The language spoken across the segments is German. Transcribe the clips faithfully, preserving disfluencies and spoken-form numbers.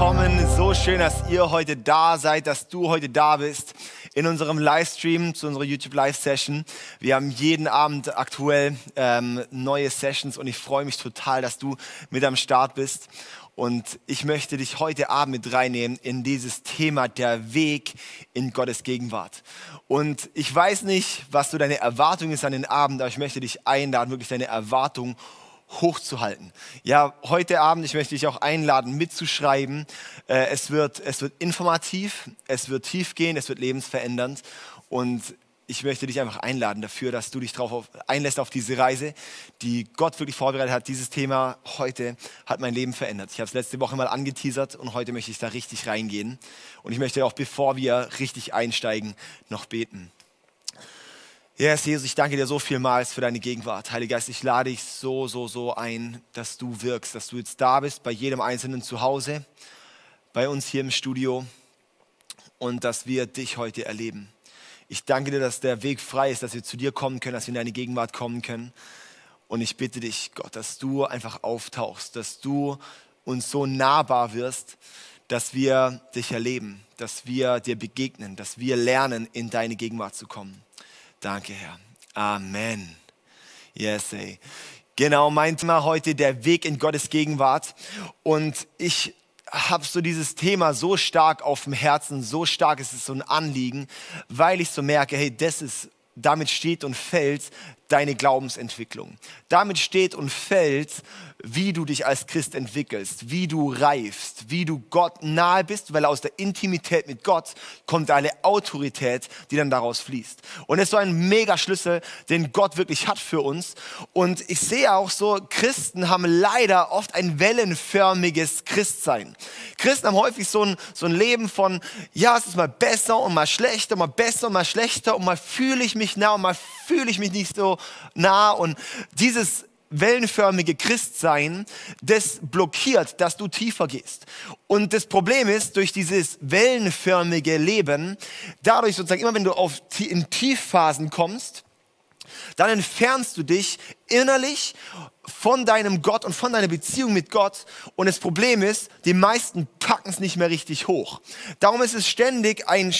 willkommen. So schön, dass ihr heute da seid, dass du heute da bist in unserem Livestream zu unserer YouTube Live Session. Wir haben jeden Abend aktuell ähm, neue Sessions und ich freue mich total, dass du mit am Start bist. Und ich möchte dich heute Abend mit reinnehmen in dieses Thema, der Weg in Gottes Gegenwart. Und ich weiß nicht, was so deine Erwartung ist an den Abend, aber ich möchte dich einladen, wirklich deine Erwartung hochzuhalten. Ja, heute Abend, ich möchte dich auch einladen, mitzuschreiben. Äh, es wird, es wird informativ, es wird tiefgehend, es wird lebensverändernd. Und ich möchte dich einfach einladen dafür, dass du dich darauf einlässt auf diese Reise, die Gott wirklich vorbereitet hat. Dieses Thema heute hat mein Leben verändert. Ich habe es letzte Woche mal angeteasert und heute möchte ich da richtig reingehen. Und ich möchte auch, bevor wir richtig einsteigen, noch beten. Yes, Jesus, ich danke dir so vielmals für deine Gegenwart. Heiliger Geist, ich lade dich so, so, so ein, dass du wirkst, dass du jetzt da bist, bei jedem Einzelnen zu Hause, bei uns hier im Studio und dass wir dich heute erleben. Ich danke dir, dass der Weg frei ist, dass wir zu dir kommen können, dass wir in deine Gegenwart kommen können. Und ich bitte dich, Gott, dass du einfach auftauchst, dass du uns so nahbar wirst, dass wir dich erleben, dass wir dir begegnen, dass wir lernen, in deine Gegenwart zu kommen. Danke, Herr. Amen. Yes, ey. Genau, mein Thema heute, der Weg in Gottes Gegenwart. Und ich habe so dieses Thema so stark auf dem Herzen, so stark ist es so ein Anliegen, weil ich so merke, hey, das ist, damit steht und fällt deine Glaubensentwicklung. Damit steht und fällt, wie du dich als Christ entwickelst, wie du reifst, wie du Gott nahe bist, weil aus der Intimität mit Gott kommt eine Autorität, die dann daraus fließt. Und das ist so ein Mega-Schlüssel, den Gott wirklich hat für uns. Und ich sehe auch so, Christen haben leider oft ein wellenförmiges Christsein. Christen haben häufig so ein, so ein Leben von, ja, es ist mal besser und mal schlechter, mal besser und mal schlechter und mal fühle ich mich nah und mal fühle ich mich nicht so nah. Und dieses wellenförmige Christsein, das blockiert, dass du tiefer gehst. Und das Problem ist, durch dieses wellenförmige Leben, dadurch sozusagen, immer wenn du auf, in Tiefphasen kommst, dann entfernst du dich innerlich von deinem Gott und von deiner Beziehung mit Gott. Und das Problem ist, die meisten packen es nicht mehr richtig hoch. Darum ist es ständig ein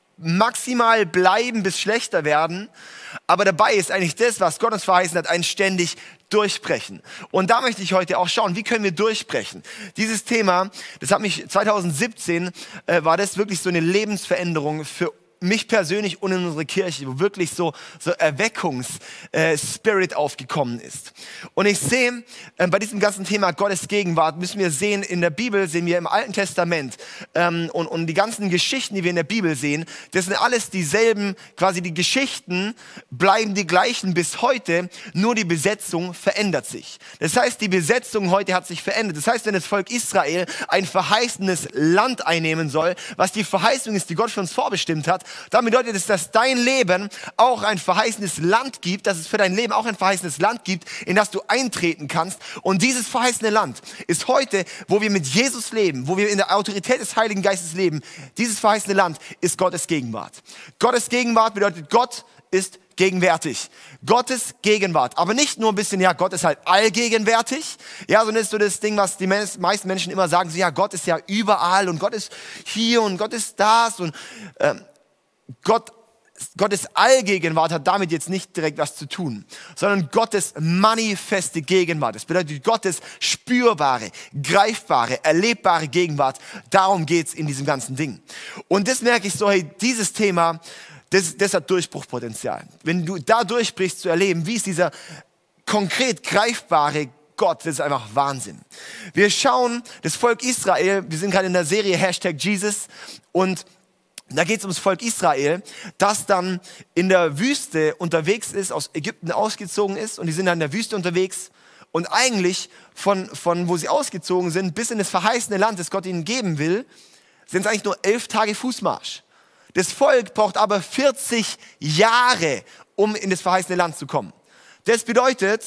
maximal bleiben bis schlechter werden. Aber dabei ist eigentlich das, was Gott uns verheißen hat, ein ständig Durchbrechen. Und da möchte ich heute auch schauen, wie können wir durchbrechen? Dieses Thema, das hat mich zwanzig siebzehn, äh, war das wirklich so eine Lebensveränderung für mich persönlich und in unsere Kirche, wo wirklich so, so Erweckungs-Spirit äh, aufgekommen ist. Und ich sehe, äh, bei diesem ganzen Thema Gottes Gegenwart müssen wir sehen, in der Bibel sehen wir im Alten Testament ähm, und, und die ganzen Geschichten, die wir in der Bibel sehen, das sind alles dieselben, quasi die Geschichten bleiben die gleichen bis heute, nur die Besetzung verändert sich. Das heißt, die Besetzung heute hat sich verändert. Das heißt, wenn das Volk Israel ein verheißenes Land einnehmen soll, was die Verheißung ist, die Gott für uns vorbestimmt hat, dann bedeutet es, dass dein Leben auch ein verheißenes Land gibt, dass es für dein Leben auch ein verheißenes Land gibt, in das du eintreten kannst. Und dieses verheißene Land ist heute, wo wir mit Jesus leben, wo wir in der Autorität des Heiligen Geistes leben. Dieses verheißene Land ist Gottes Gegenwart. Gottes Gegenwart bedeutet, Gott ist gegenwärtig. Gottes Gegenwart. Aber nicht nur ein bisschen, ja, Gott ist halt allgegenwärtig. Ja, sondern ist so das Ding, was die meisten Menschen immer sagen, so, ja, Gott ist ja überall und Gott ist hier und Gott ist das und ähm, Gott, Gottes Allgegenwart hat damit jetzt nicht direkt was zu tun, sondern Gottes manifeste Gegenwart. Das bedeutet Gottes spürbare, greifbare, erlebbare Gegenwart. Darum geht's in diesem ganzen Ding. Und das merke ich so, hey, dieses Thema, das, das hat Durchbruchpotenzial. Wenn du da durchbrichst, zu erleben, wie ist dieser konkret greifbare Gott, das ist einfach Wahnsinn. Wir schauen das Volk Israel, wir sind gerade in der Serie Hashtag Jesus und da geht es ums Volk Israel, das dann in der Wüste unterwegs ist, aus Ägypten ausgezogen ist und die sind dann in der Wüste unterwegs und eigentlich von, von wo sie ausgezogen sind bis in das verheißene Land, das Gott ihnen geben will, sind es eigentlich nur elf Tage Fußmarsch. Das Volk braucht aber vierzig Jahre, um in das verheißene Land zu kommen. Das bedeutet,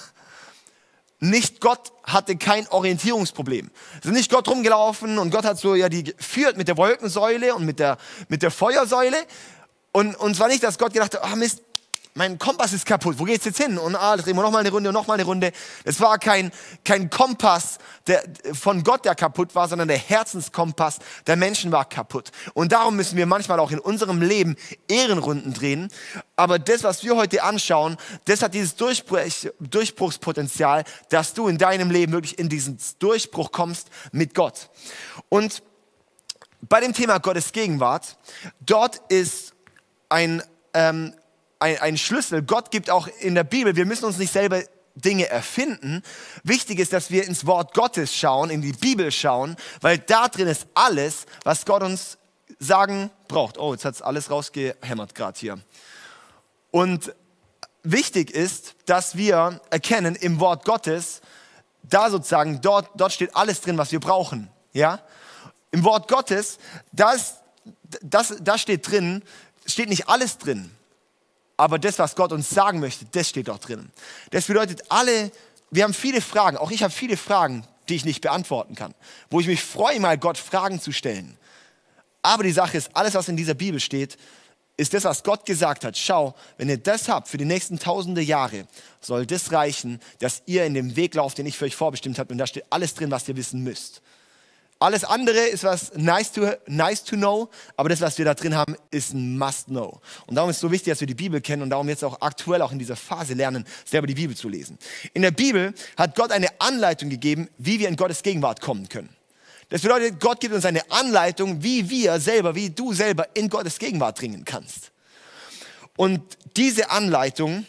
nicht Gott hatte kein Orientierungsproblem. Es ist nicht Gott rumgelaufen und Gott hat so ja die geführt mit der Wolkensäule und mit der, mit der Feuersäule. Und, und zwar nicht, dass Gott gedacht hat, oh Mist, mein Kompass ist kaputt, wo geht's jetzt hin? Und ah, drehen wir nochmal eine Runde und nochmal eine Runde. Es war kein, kein Kompass der, von Gott, der kaputt war, sondern der Herzenskompass der Menschen war kaputt. Und darum müssen wir manchmal auch in unserem Leben Ehrenrunden drehen. Aber das, was wir heute anschauen, das hat dieses Durchbruch, Durchbruchspotenzial, dass du in deinem Leben wirklich in diesen Durchbruch kommst mit Gott. Und bei dem Thema Gottes Gegenwart, dort ist ein ähm, Ein, ein Schlüssel. Gott gibt auch in der Bibel, wir müssen uns nicht selber Dinge erfinden. Wichtig ist, dass wir ins Wort Gottes schauen, in die Bibel schauen, weil da drin ist alles, was Gott uns sagen braucht. Oh, jetzt hat es alles rausgehämmert gerade hier. Und wichtig ist, dass wir erkennen im Wort Gottes, da sozusagen, dort, dort steht alles drin, was wir brauchen. Ja? Im Wort Gottes, das, das, das steht drin, steht nicht alles drin. Aber das, was Gott uns sagen möchte, das steht dort drin. Das bedeutet, alle, wir haben viele Fragen, auch ich habe viele Fragen, die ich nicht beantworten kann, wo ich mich freue, mal Gott Fragen zu stellen. Aber die Sache ist, alles, was in dieser Bibel steht, ist das, was Gott gesagt hat. Schau, wenn ihr das habt für die nächsten tausende Jahre, soll das reichen, dass ihr in dem Weg lauft, den ich für euch vorbestimmt habe. Und da steht alles drin, was ihr wissen müsst. Alles andere ist was nice to, nice to know, aber das, was wir da drin haben, ist ein must know. Und darum ist es so wichtig, dass wir die Bibel kennen und darum jetzt auch aktuell auch in dieser Phase lernen, selber die Bibel zu lesen. In der Bibel hat Gott eine Anleitung gegeben, wie wir in Gottes Gegenwart kommen können. Das bedeutet, Gott gibt uns eine Anleitung, wie wir selber, wie du selber in Gottes Gegenwart dringen kannst. Und diese Anleitung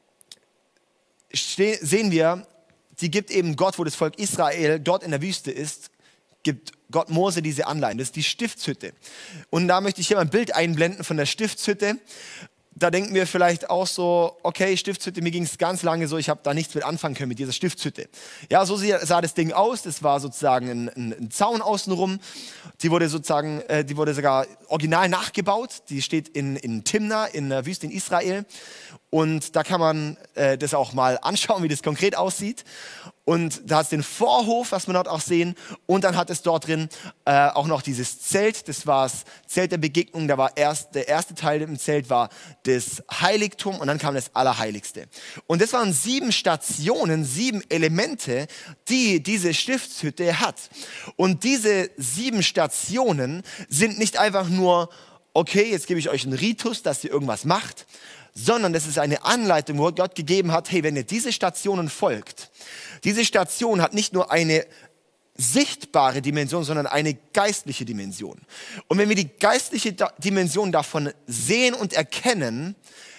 sehen wir, die gibt eben Gott, wo das Volk Israel dort in der Wüste ist, gibt Gott Mose diese Anleitung. Das ist die Stiftshütte. Und da möchte ich hier mal ein Bild einblenden von der Stiftshütte. Da denken wir vielleicht auch so, okay, Stiftshütte, mir ging es ganz lange so, ich habe da nichts mit anfangen können mit dieser Stiftshütte. Ja, so sah das Ding aus. Das war sozusagen ein, ein, ein Zaun außenrum. Die wurde sozusagen, äh, die wurde sogar original nachgebaut. Die steht in, in Timna, in der Wüste in Israel. Und da kann man äh, das auch mal anschauen, wie das konkret aussieht. Und da hat es den Vorhof, was wir dort auch sehen. Und dann hat es dort drin äh, auch noch dieses Zelt. Das war das Zelt der Begegnung. Da war erst, der erste Teil im Zelt war das Heiligtum und dann kam das Allerheiligste. Und das waren sieben Stationen, sieben Elemente, die diese Stiftshütte hat. Und diese sieben Stationen sind nicht einfach nur, okay, jetzt gebe ich euch einen Ritus, dass ihr irgendwas macht, sondern das ist eine Anleitung, wo Gott gegeben hat, hey, wenn ihr diese Stationen folgt, diese Station hat nicht nur eine sichtbare Dimension, sondern eine geistliche Dimension. Und wenn wir die geistliche Dimension davon sehen und erkennen,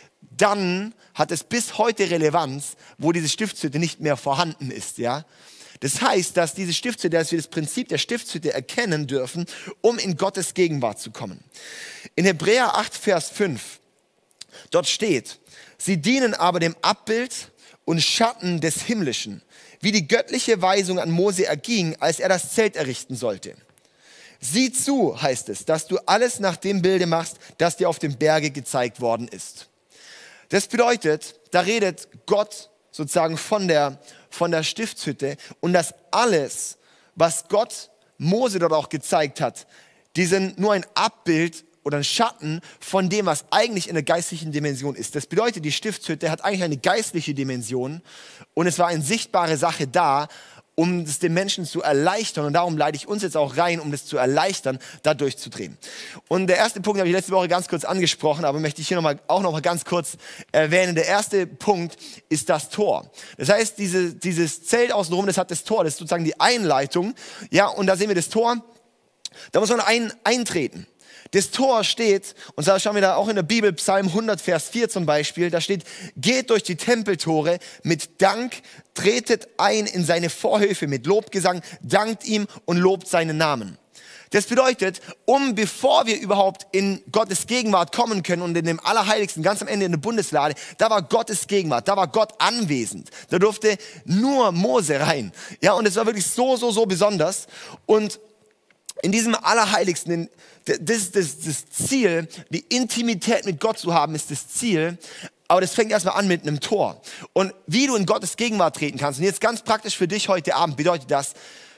dann hat es bis heute Relevanz, wo diese Stiftshütte nicht mehr vorhanden ist, ja. Das heißt, dass diese Stiftshütte, dass wir das Prinzip der Stiftshütte erkennen dürfen, um in Gottes Gegenwart zu kommen. In Hebräer acht, Vers fünf, dort steht, sie dienen aber dem Abbild und Schatten des Himmlischen, wie die göttliche Weisung an Mose erging, als er das Zelt errichten sollte. Sieh zu, heißt es, dass du alles nach dem Bilde machst, das dir auf dem Berge gezeigt worden ist. Das bedeutet, da redet Gott sozusagen von der, von der Stiftshütte und das alles, was Gott Mose dort auch gezeigt hat, die sind nur ein Abbild oder ein Schatten von dem, was eigentlich in der geistlichen Dimension ist. Das bedeutet, die Stiftshütte hat eigentlich eine geistliche Dimension und es war eine sichtbare Sache da, um es den Menschen zu erleichtern. Und darum leite ich uns jetzt auch rein, um das zu erleichtern, da durchzudrehen. Und der erste Punkt habe ich letzte Woche ganz kurz angesprochen, aber möchte ich hier noch mal, auch noch mal ganz kurz erwähnen. Der erste Punkt ist das Tor. Das heißt, diese, dieses Zelt außenrum, das hat das Tor, das ist sozusagen die Einleitung. Ja, und da sehen wir das Tor. Da muss man ein, eintreten. Das Tor steht, und da schauen wir da auch in der Bibel, Psalm hundert, Vers vier zum Beispiel, da steht, geht durch die Tempeltore mit Dank, tretet ein in seine Vorhöfe mit Lobgesang, dankt ihm und lobt seinen Namen. Das bedeutet, um bevor wir überhaupt in Gottes Gegenwart kommen können und in dem Allerheiligsten, ganz am Ende in der Bundeslade, da war Gottes Gegenwart, da war Gott anwesend. Da durfte nur Mose rein. Ja, und es war wirklich so, so, so besonders. Und in diesem Allerheiligsten, das, das, das Ziel, die Intimität mit Gott zu haben, ist das Ziel. Aber das fängt erstmal an mit einem Tor. Und wie du in Gottes Gegenwart treten kannst. Und jetzt ganz praktisch für dich heute Abend bedeutet das,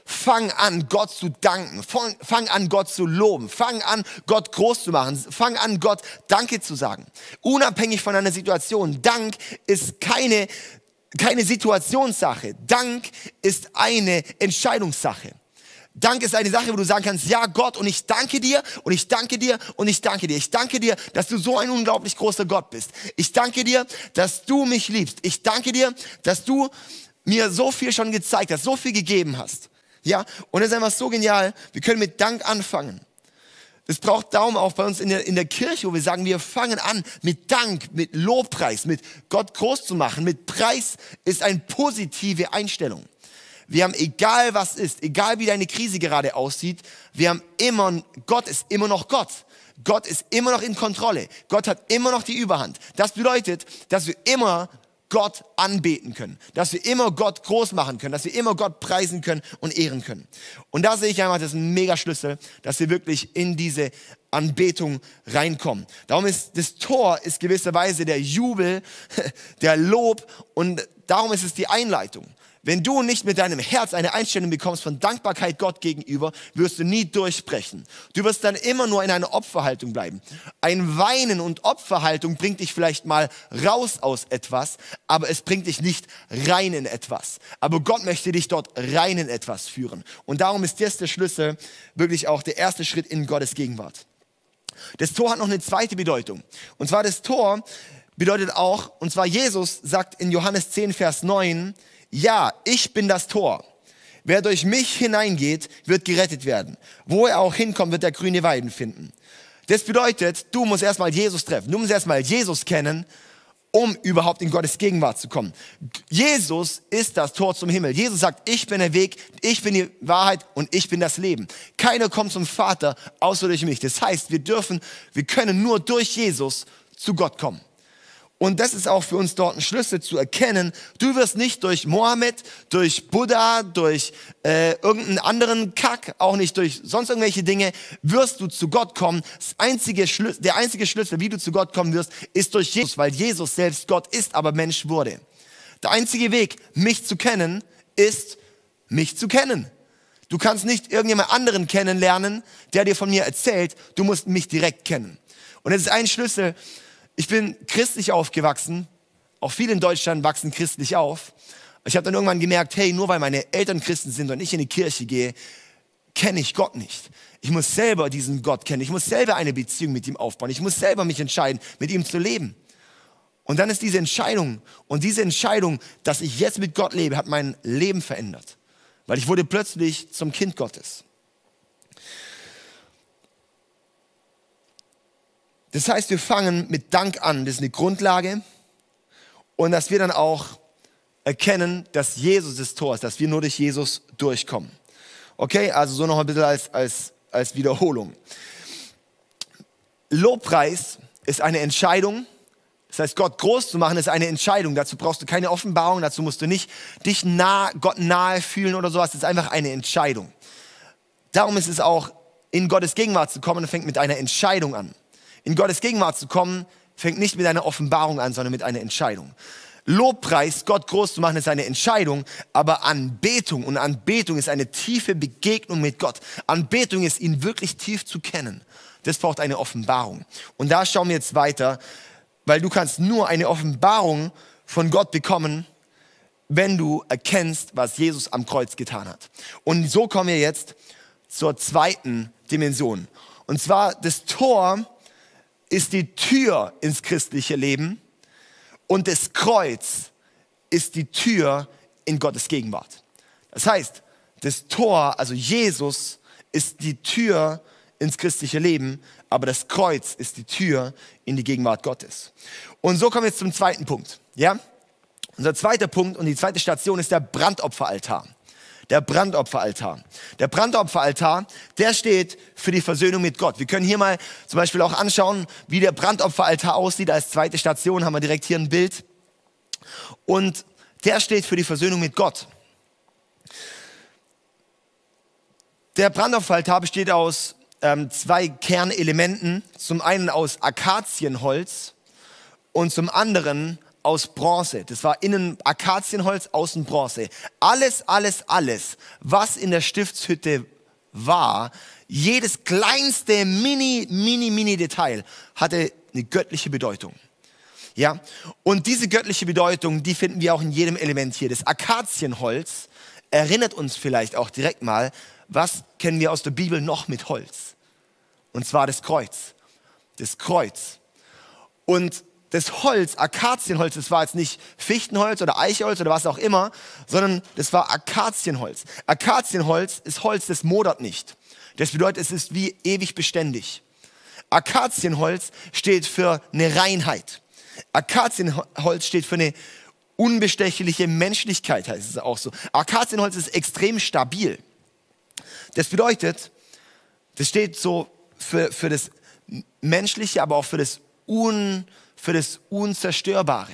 Fang an, Gott zu danken. Fang, fang an, Gott zu loben. Fang an, Gott groß zu machen. Fang an, Gott Danke zu sagen. Unabhängig von einer Situation. Dank ist keine, keine Situationssache. Dank ist eine Entscheidungssache. Dank ist eine Sache, wo du sagen kannst, ja Gott, und ich danke dir, und ich danke dir, und ich danke dir. Ich danke dir, dass du so ein unglaublich großer Gott bist. Ich danke dir, dass du mich liebst. Ich danke dir, dass du mir so viel schon gezeigt hast, so viel gegeben hast. Ja, und das ist einfach so genial. Wir können mit Dank anfangen. Das braucht Daumen auch bei uns in der, in der Kirche, wo wir sagen, wir fangen an mit Dank, mit Lobpreis, mit Gott groß zu machen. Mit Preis ist eine positive Einstellung. Wir haben, egal was ist, egal wie deine Krise gerade aussieht, wir haben immer, Gott ist immer noch Gott. Gott ist immer noch in Kontrolle. Gott hat immer noch die Überhand. Das bedeutet, dass wir immer Gott anbeten können. Dass wir immer Gott groß machen können. Dass wir immer Gott preisen können und ehren können. Und da sehe ich einfach, das ist ein mega Schlüssel, dass wir wirklich in diese Anbetung reinkommen. Darum ist das Tor ist gewisserweise der Jubel, der Lob, und darum ist es die Einleitung. Wenn du nicht mit deinem Herz eine Einstellung bekommst von Dankbarkeit Gott gegenüber, wirst du nie durchbrechen. Du wirst dann immer nur in einer Opferhaltung bleiben. Ein Weinen und Opferhaltung bringt dich vielleicht mal raus aus etwas, aber es bringt dich nicht rein in etwas. Aber Gott möchte dich dort rein in etwas führen. Und darum ist das der Schlüssel, wirklich auch der erste Schritt in Gottes Gegenwart. Das Tor hat noch eine zweite Bedeutung. Und zwar das Tor bedeutet auch, und zwar Jesus sagt in Johannes zehn, Vers neun, ja, ich bin das Tor. Wer durch mich hineingeht, wird gerettet werden. Wo er auch hinkommt, wird er grüne Weiden finden. Das bedeutet, du musst erstmal Jesus treffen. Du musst erstmal Jesus kennen, um überhaupt in Gottes Gegenwart zu kommen. Jesus ist das Tor zum Himmel. Jesus sagt, ich bin der Weg, ich bin die Wahrheit und ich bin das Leben. Keiner kommt zum Vater, außer durch mich. Das heißt, wir dürfen, wir können nur durch Jesus zu Gott kommen. Und das ist auch für uns dort ein Schlüssel zu erkennen, du wirst nicht durch Mohammed, durch Buddha, durch äh, irgendeinen anderen Kack, auch nicht durch sonst irgendwelche Dinge, wirst du zu Gott kommen. Das einzige Schlüssel, der einzige Schlüssel, wie du zu Gott kommen wirst, ist durch Jesus, weil Jesus selbst Gott ist, aber Mensch wurde. Der einzige Weg, mich zu kennen, ist, mich zu kennen. Du kannst nicht irgendjemand anderen kennenlernen, der dir von mir erzählt, du musst mich direkt kennen. Und das ist ein Schlüssel. Ich bin christlich aufgewachsen, auch viele in Deutschland wachsen christlich auf. Ich habe dann irgendwann gemerkt, hey, nur weil meine Eltern Christen sind und ich in die Kirche gehe, kenne ich Gott nicht. Ich muss selber diesen Gott kennen, ich muss selber eine Beziehung mit ihm aufbauen, ich muss selber mich entscheiden, mit ihm zu leben. Und dann ist diese Entscheidung, und diese Entscheidung, dass ich jetzt mit Gott lebe, hat mein Leben verändert. Weil ich wurde plötzlich zum Kind Gottes. Das heißt, wir fangen mit Dank an, das ist eine Grundlage, und dass wir dann auch erkennen, dass Jesus das Tor ist, dass wir nur durch Jesus durchkommen. Okay, also so noch ein bisschen als, als, als Wiederholung. Lobpreis ist eine Entscheidung, das heißt, Gott groß zu machen ist eine Entscheidung, dazu brauchst du keine Offenbarung, dazu musst du nicht dich nah, Gott nahe fühlen oder sowas, das ist einfach eine Entscheidung. Darum ist es auch, in Gottes Gegenwart zu kommen, fängt mit einer Entscheidung an. In Gottes Gegenwart zu kommen, fängt nicht mit einer Offenbarung an, sondern mit einer Entscheidung. Lobpreis, Gott groß zu machen, ist eine Entscheidung, aber Anbetung, und Anbetung ist eine tiefe Begegnung mit Gott. Anbetung ist, ihn wirklich tief zu kennen. Das braucht eine Offenbarung. Und da schauen wir jetzt weiter, weil du kannst nur eine Offenbarung von Gott bekommen, wenn du erkennst, was Jesus am Kreuz getan hat. Und so kommen wir jetzt zur zweiten Dimension. Und zwar das Tor ist die Tür ins christliche Leben, und das Kreuz ist die Tür in Gottes Gegenwart. Das heißt, das Tor, also Jesus, ist die Tür ins christliche Leben, aber das Kreuz ist die Tür in die Gegenwart Gottes. Und so kommen wir jetzt zum zweiten Punkt. Ja? Unser zweiter Punkt und die zweite Station ist der Brandopferaltar. Der Brandopferaltar. Der Brandopferaltar, der steht für die Versöhnung mit Gott. Wir können hier mal zum Beispiel auch anschauen, wie der Brandopferaltar aussieht. Als zweite Station haben wir direkt hier ein Bild. Und der steht für die Versöhnung mit Gott. Der Brandopferaltar besteht aus ähm, zwei Kernelementen. Zum einen aus Akazienholz und zum anderen aus Bronze. Das war innen Akazienholz, außen Bronze. Alles, alles, alles, was in der Stiftshütte war, jedes kleinste mini, mini, mini Detail hatte eine göttliche Bedeutung. Ja? Und diese göttliche Bedeutung, die finden wir auch in jedem Element hier. Das Akazienholz erinnert uns vielleicht auch direkt mal, was kennen wir aus der Bibel noch mit Holz? Und zwar das Kreuz. Das Kreuz. Und das Holz, Akazienholz, das war jetzt nicht Fichtenholz oder Eichholz oder was auch immer, sondern das war Akazienholz. Akazienholz ist Holz, das modert nicht. Das bedeutet, es ist wie ewig beständig. Akazienholz steht für eine Reinheit. Akazienholz steht für eine unbestechliche Menschlichkeit, heißt es auch so. Akazienholz ist extrem stabil. Das bedeutet, das steht so für, für das Menschliche, aber auch für das, Un, für das Unzerstörbare.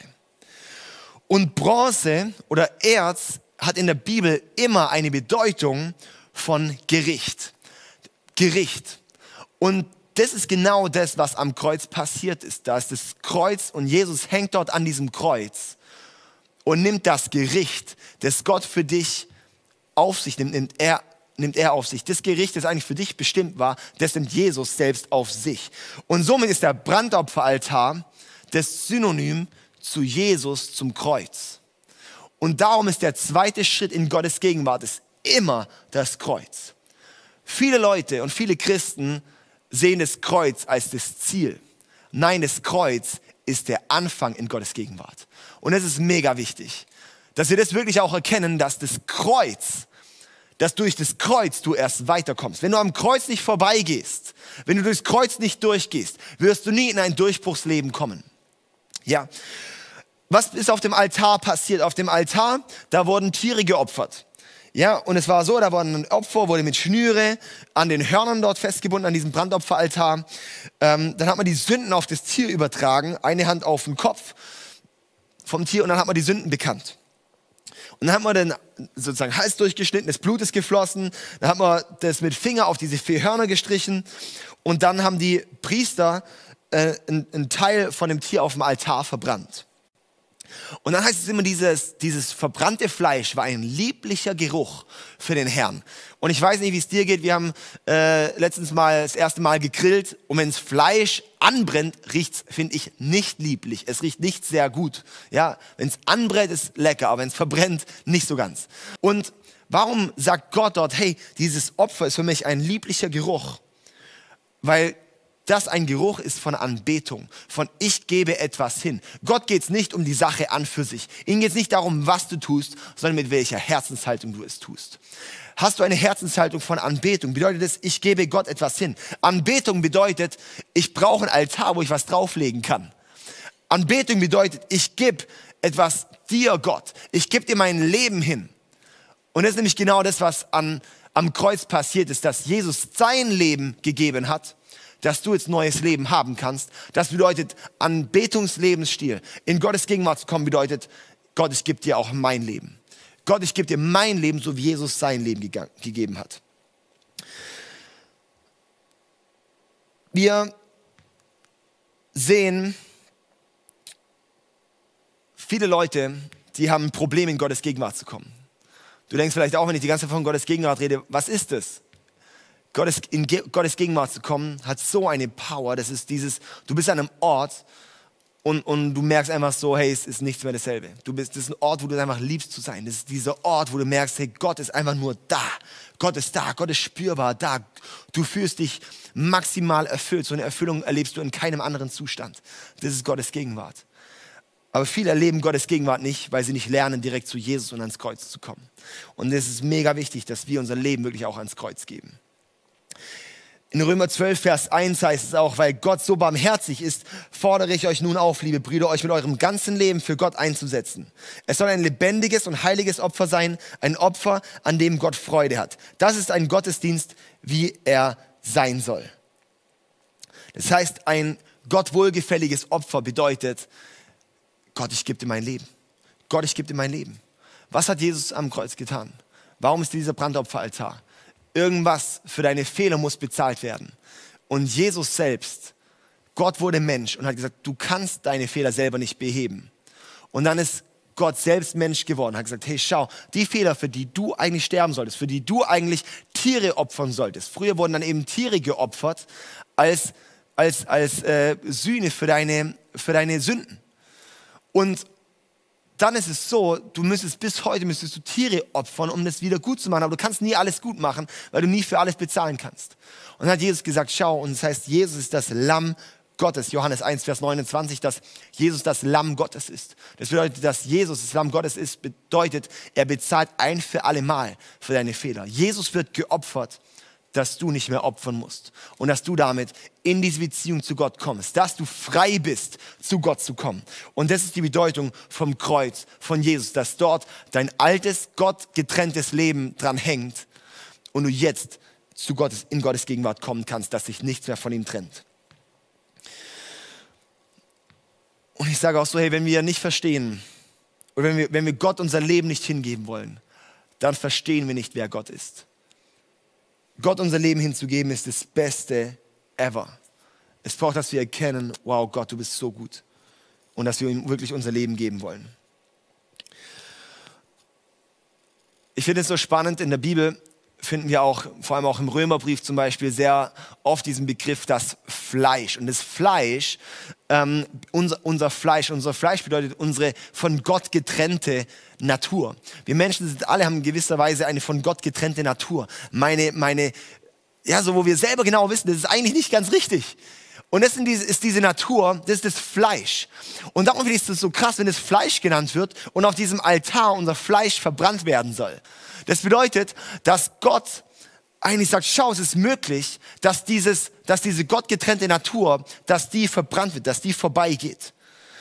Und Bronze oder Erz hat in der Bibel immer eine Bedeutung von Gericht. Gericht. Und das ist genau das, was am Kreuz passiert ist. Da ist das Kreuz und Jesus hängt dort an diesem Kreuz und nimmt das Gericht, das Gott für dich auf sich nimmt, nimmt er, nimmt er auf sich. Das Gericht, das eigentlich für dich bestimmt war, das nimmt Jesus selbst auf sich. Und somit ist der Brandopferaltar das Synonym zu Jesus, zum Kreuz. Und darum ist der zweite Schritt in Gottes Gegenwart ist immer das Kreuz. Viele Leute und viele Christen sehen das Kreuz als das Ziel. Nein, das Kreuz ist der Anfang in Gottes Gegenwart. Und es ist mega wichtig, dass wir das wirklich auch erkennen, dass das Kreuz, dass durch das Kreuz du erst weiterkommst. Wenn du am Kreuz nicht vorbeigehst, wenn du durchs Kreuz nicht durchgehst, wirst du nie in ein Durchbruchsleben kommen. Ja. Was ist auf dem Altar passiert? Auf dem Altar, da wurden Tiere geopfert. Ja, und es war so, da war ein Opfer, wurde mit Schnüre an den Hörnern dort festgebunden, an diesem Brandopferaltar. Ähm, dann hat man die Sünden auf das Tier übertragen, eine Hand auf den Kopf vom Tier und dann hat man die Sünden bekannt. Und dann hat man den sozusagen Hals durchgeschnitten, das Blut ist geflossen, dann hat man das mit Finger auf diese vier Hörner gestrichen und dann haben die Priester äh, einen Teil von dem Tier auf dem Altar verbrannt. Und dann heißt es immer, dieses, dieses verbrannte Fleisch war ein lieblicher Geruch für den Herrn. Und ich weiß nicht, wie es dir geht. Wir haben äh, letztens mal das erste Mal gegrillt. Und wenn das Fleisch anbrennt, riecht es, finde ich, nicht lieblich. Es riecht nicht sehr gut. Ja, wenn es anbrennt, ist lecker. Aber wenn es verbrennt, nicht so ganz. Und warum sagt Gott dort, hey, dieses Opfer ist für mich ein lieblicher Geruch? Weil das ein Geruch ist von Anbetung, von ich gebe etwas hin. Gott geht es nicht um die Sache an für sich. Ihm geht es nicht darum, was du tust, sondern mit welcher Herzenshaltung du es tust. Hast du eine Herzenshaltung von Anbetung, bedeutet es, ich gebe Gott etwas hin. Anbetung bedeutet, ich brauche einen Altar, wo ich was drauflegen kann. Anbetung bedeutet, ich gebe etwas dir, Gott. Ich gebe dir mein Leben hin. Und das ist nämlich genau das, was an, am Kreuz passiert ist, dass Jesus sein Leben gegeben hat, dass du jetzt neues Leben haben kannst. Das bedeutet, Anbetungslebensstil. In Gottes Gegenwart zu kommen bedeutet, Gott, ich gebe dir auch mein Leben. Gott, ich gebe dir mein Leben, so wie Jesus sein Leben gegangen, gegeben hat. Wir sehen viele Leute, die haben ein Problem, in Gottes Gegenwart zu kommen. Du denkst vielleicht auch, wenn ich die ganze Zeit von Gottes Gegenwart rede, was ist das? Gottes, in Ge- Gottes Gegenwart zu kommen, hat so eine Power. Das ist dieses, du bist an einem Ort und, und du merkst einfach so, hey, es ist nichts mehr dasselbe. Du bist, das ist ein Ort, wo du einfach liebst zu sein. Das ist dieser Ort, wo du merkst, hey, Gott ist einfach nur da. Gott ist da, Gott ist spürbar da. Du fühlst dich maximal erfüllt. So eine Erfüllung erlebst du in keinem anderen Zustand. Das ist Gottes Gegenwart. Aber viele erleben Gottes Gegenwart nicht, weil sie nicht lernen, direkt zu Jesus und ans Kreuz zu kommen. Und es ist mega wichtig, dass wir unser Leben wirklich auch ans Kreuz geben. In Römer zwölf, Vers eins heißt es auch, weil Gott so barmherzig ist, fordere ich euch nun auf, liebe Brüder, euch mit eurem ganzen Leben für Gott einzusetzen. Es soll ein lebendiges und heiliges Opfer sein, ein Opfer, an dem Gott Freude hat. Das ist ein Gottesdienst, wie er sein soll. Das heißt, ein Gott wohlgefälliges Opfer bedeutet, Gott, ich gebe dir mein Leben. Gott, ich gebe dir mein Leben. Was hat Jesus am Kreuz getan? Warum ist dieser Brandopferaltar? Irgendwas für deine Fehler muss bezahlt werden. Und Jesus selbst, Gott wurde Mensch und hat gesagt, du kannst deine Fehler selber nicht beheben. Und dann ist Gott selbst Mensch geworden, hat gesagt, hey, schau, die Fehler, für die du eigentlich sterben solltest, für die du eigentlich Tiere opfern solltest. Früher wurden dann eben Tiere geopfert als, als, als äh, Sühne für deine, für deine Sünden. Und dann ist es so, du müsstest bis heute müsstest du Tiere opfern, um das wieder gut zu machen. Aber du kannst nie alles gut machen, weil du nie für alles bezahlen kannst. Und dann hat Jesus gesagt, schau, und das heißt, Jesus ist das Lamm Gottes. Johannes eins, Vers neunundzwanzig, dass Jesus das Lamm Gottes ist. Das bedeutet, dass Jesus das Lamm Gottes ist, bedeutet, er bezahlt ein für alle Mal für deine Fehler. Jesus wird geopfert, dass du nicht mehr opfern musst und dass du damit in diese Beziehung zu Gott kommst, dass du frei bist, zu Gott zu kommen. Und das ist die Bedeutung vom Kreuz, von Jesus, dass dort dein altes, Gott getrenntes Leben dran hängt und du jetzt zu Gottes, in Gottes Gegenwart kommen kannst, dass sich nichts mehr von ihm trennt. Und ich sage auch so, hey, wenn wir nicht verstehen oder wenn wir, wenn wir Gott unser Leben nicht hingeben wollen, dann verstehen wir nicht, wer Gott ist. Gott unser Leben hinzugeben ist das Beste ever. Es braucht, dass wir erkennen, wow, Gott, du bist so gut. Und dass wir ihm wirklich unser Leben geben wollen. Ich finde es so spannend, in der Bibel finden wir auch, vor allem auch im Römerbrief zum Beispiel, sehr oft diesen Begriff, das Fleisch. Und das Fleisch, ähm, unser, unser Fleisch, unser Fleisch bedeutet unsere von Gott getrennte Natur. Wir Menschen sind alle, haben in gewisser Weise eine von Gott getrennte Natur. Meine, meine, ja, so wo wir selber genau wissen, das ist eigentlich nicht ganz richtig. Und das ist diese Natur, das ist das Fleisch. Und darum finde ich es so krass, wenn das Fleisch genannt wird und auf diesem Altar unser Fleisch verbrannt werden soll. Das bedeutet, dass Gott eigentlich sagt, schau, es ist möglich, dass, dieses, dass diese gottgetrennte Natur, dass die verbrannt wird, dass die vorbeigeht.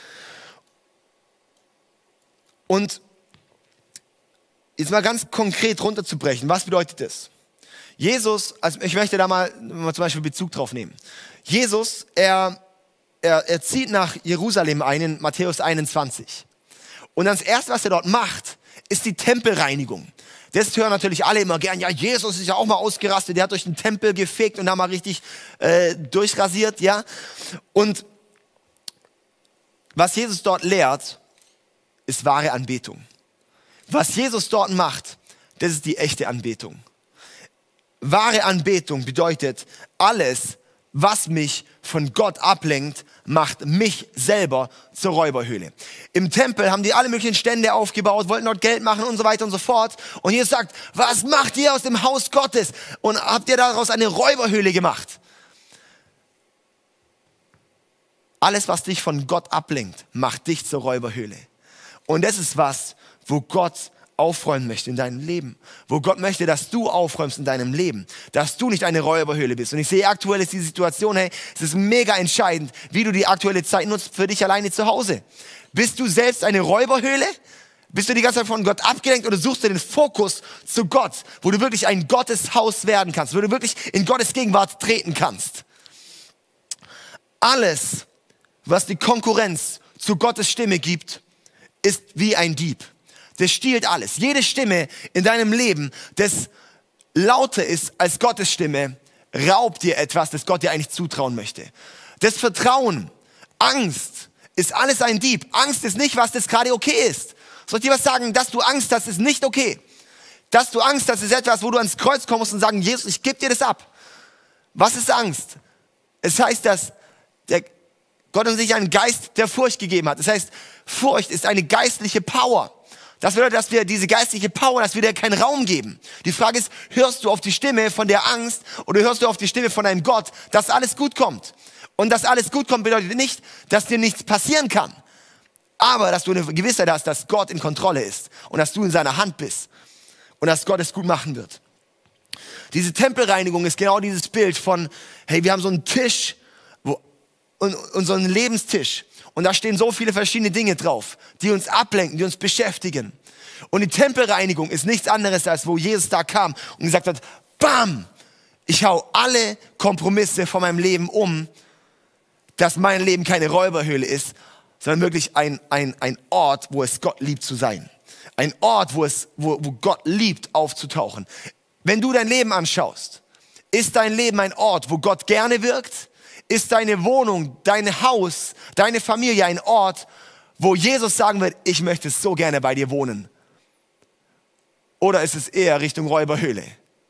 Und jetzt mal ganz konkret runterzubrechen, was bedeutet das? Jesus, also ich möchte da mal, mal zum Beispiel Bezug drauf nehmen. Jesus, er, er, er zieht nach Jerusalem ein in Matthäus einundzwanzig. Und dann das Erste, was er dort macht, ist die Tempelreinigung. Das hören natürlich alle immer gern. Ja, Jesus ist ja auch mal ausgerastet. Der hat durch den Tempel gefegt und da mal richtig äh, durchrasiert. Ja. Und was Jesus dort lehrt, ist wahre Anbetung. Was Jesus dort macht, das ist die echte Anbetung. Wahre Anbetung bedeutet, alles, was mich von Gott ablenkt, macht mich selber zur Räuberhöhle. Im Tempel haben die alle möglichen Stände aufgebaut, wollten dort Geld machen und so weiter und so fort. Und Jesus sagt, was macht ihr aus dem Haus Gottes? Und habt ihr daraus eine Räuberhöhle gemacht? Alles, was dich von Gott ablenkt, macht dich zur Räuberhöhle. Und das ist was, wo Gott aufräumen möchte in deinem Leben. Wo Gott möchte, dass du aufräumst in deinem Leben. Dass du nicht eine Räuberhöhle bist. Und ich sehe, aktuell ist die Situation, hey, es ist mega entscheidend, wie du die aktuelle Zeit nutzt für dich alleine zu Hause. Bist du selbst eine Räuberhöhle? Bist du die ganze Zeit von Gott abgelenkt oder suchst du den Fokus zu Gott, wo du wirklich ein Gotteshaus werden kannst, wo du wirklich in Gottes Gegenwart treten kannst? Alles, was die Konkurrenz zu Gottes Stimme gibt, ist wie ein Dieb. Das stiehlt alles. Jede Stimme in deinem Leben, das lauter ist als Gottes Stimme, raubt dir etwas, das Gott dir eigentlich zutrauen möchte. Das Vertrauen, Angst, ist alles ein Dieb. Angst ist nicht, was das gerade okay ist. Soll ich dir was sagen? Dass du Angst hast, ist nicht okay. Dass du Angst hast, ist etwas, wo du ans Kreuz kommen musst und sagen, Jesus, ich gebe dir das ab. Was ist Angst? Es heißt, dass der Gott uns nicht einen Geist der Furcht gegeben hat. Das heißt, Furcht ist eine geistliche Power. Das bedeutet, dass wir diese geistliche Power, dass wir dir keinen Raum geben. Die Frage ist, hörst du auf die Stimme von der Angst oder hörst du auf die Stimme von deinem Gott, dass alles gut kommt? Und dass alles gut kommt bedeutet nicht, dass dir nichts passieren kann. Aber dass du eine Gewissheit hast, dass Gott in Kontrolle ist und dass du in seiner Hand bist und dass Gott es gut machen wird. Diese Tempelreinigung ist genau dieses Bild von, hey, wir haben so einen Tisch wo, und, und so einen Lebenstisch. Und da stehen so viele verschiedene Dinge drauf, die uns ablenken, die uns beschäftigen. Und die Tempelreinigung ist nichts anderes, als wo Jesus da kam und gesagt hat, bam, ich hau alle Kompromisse von meinem Leben um, dass mein Leben keine Räuberhöhle ist, sondern wirklich ein, ein, ein Ort, wo es Gott liebt zu sein. Ein Ort, wo, es, wo, wo Gott liebt aufzutauchen. Wenn du dein Leben anschaust, ist dein Leben ein Ort, wo Gott gerne wirkt? Ist deine Wohnung, dein Haus, deine Familie ein Ort, wo Jesus sagen wird, ich möchte so gerne bei dir wohnen? Oder ist es eher Richtung Räuberhöhle?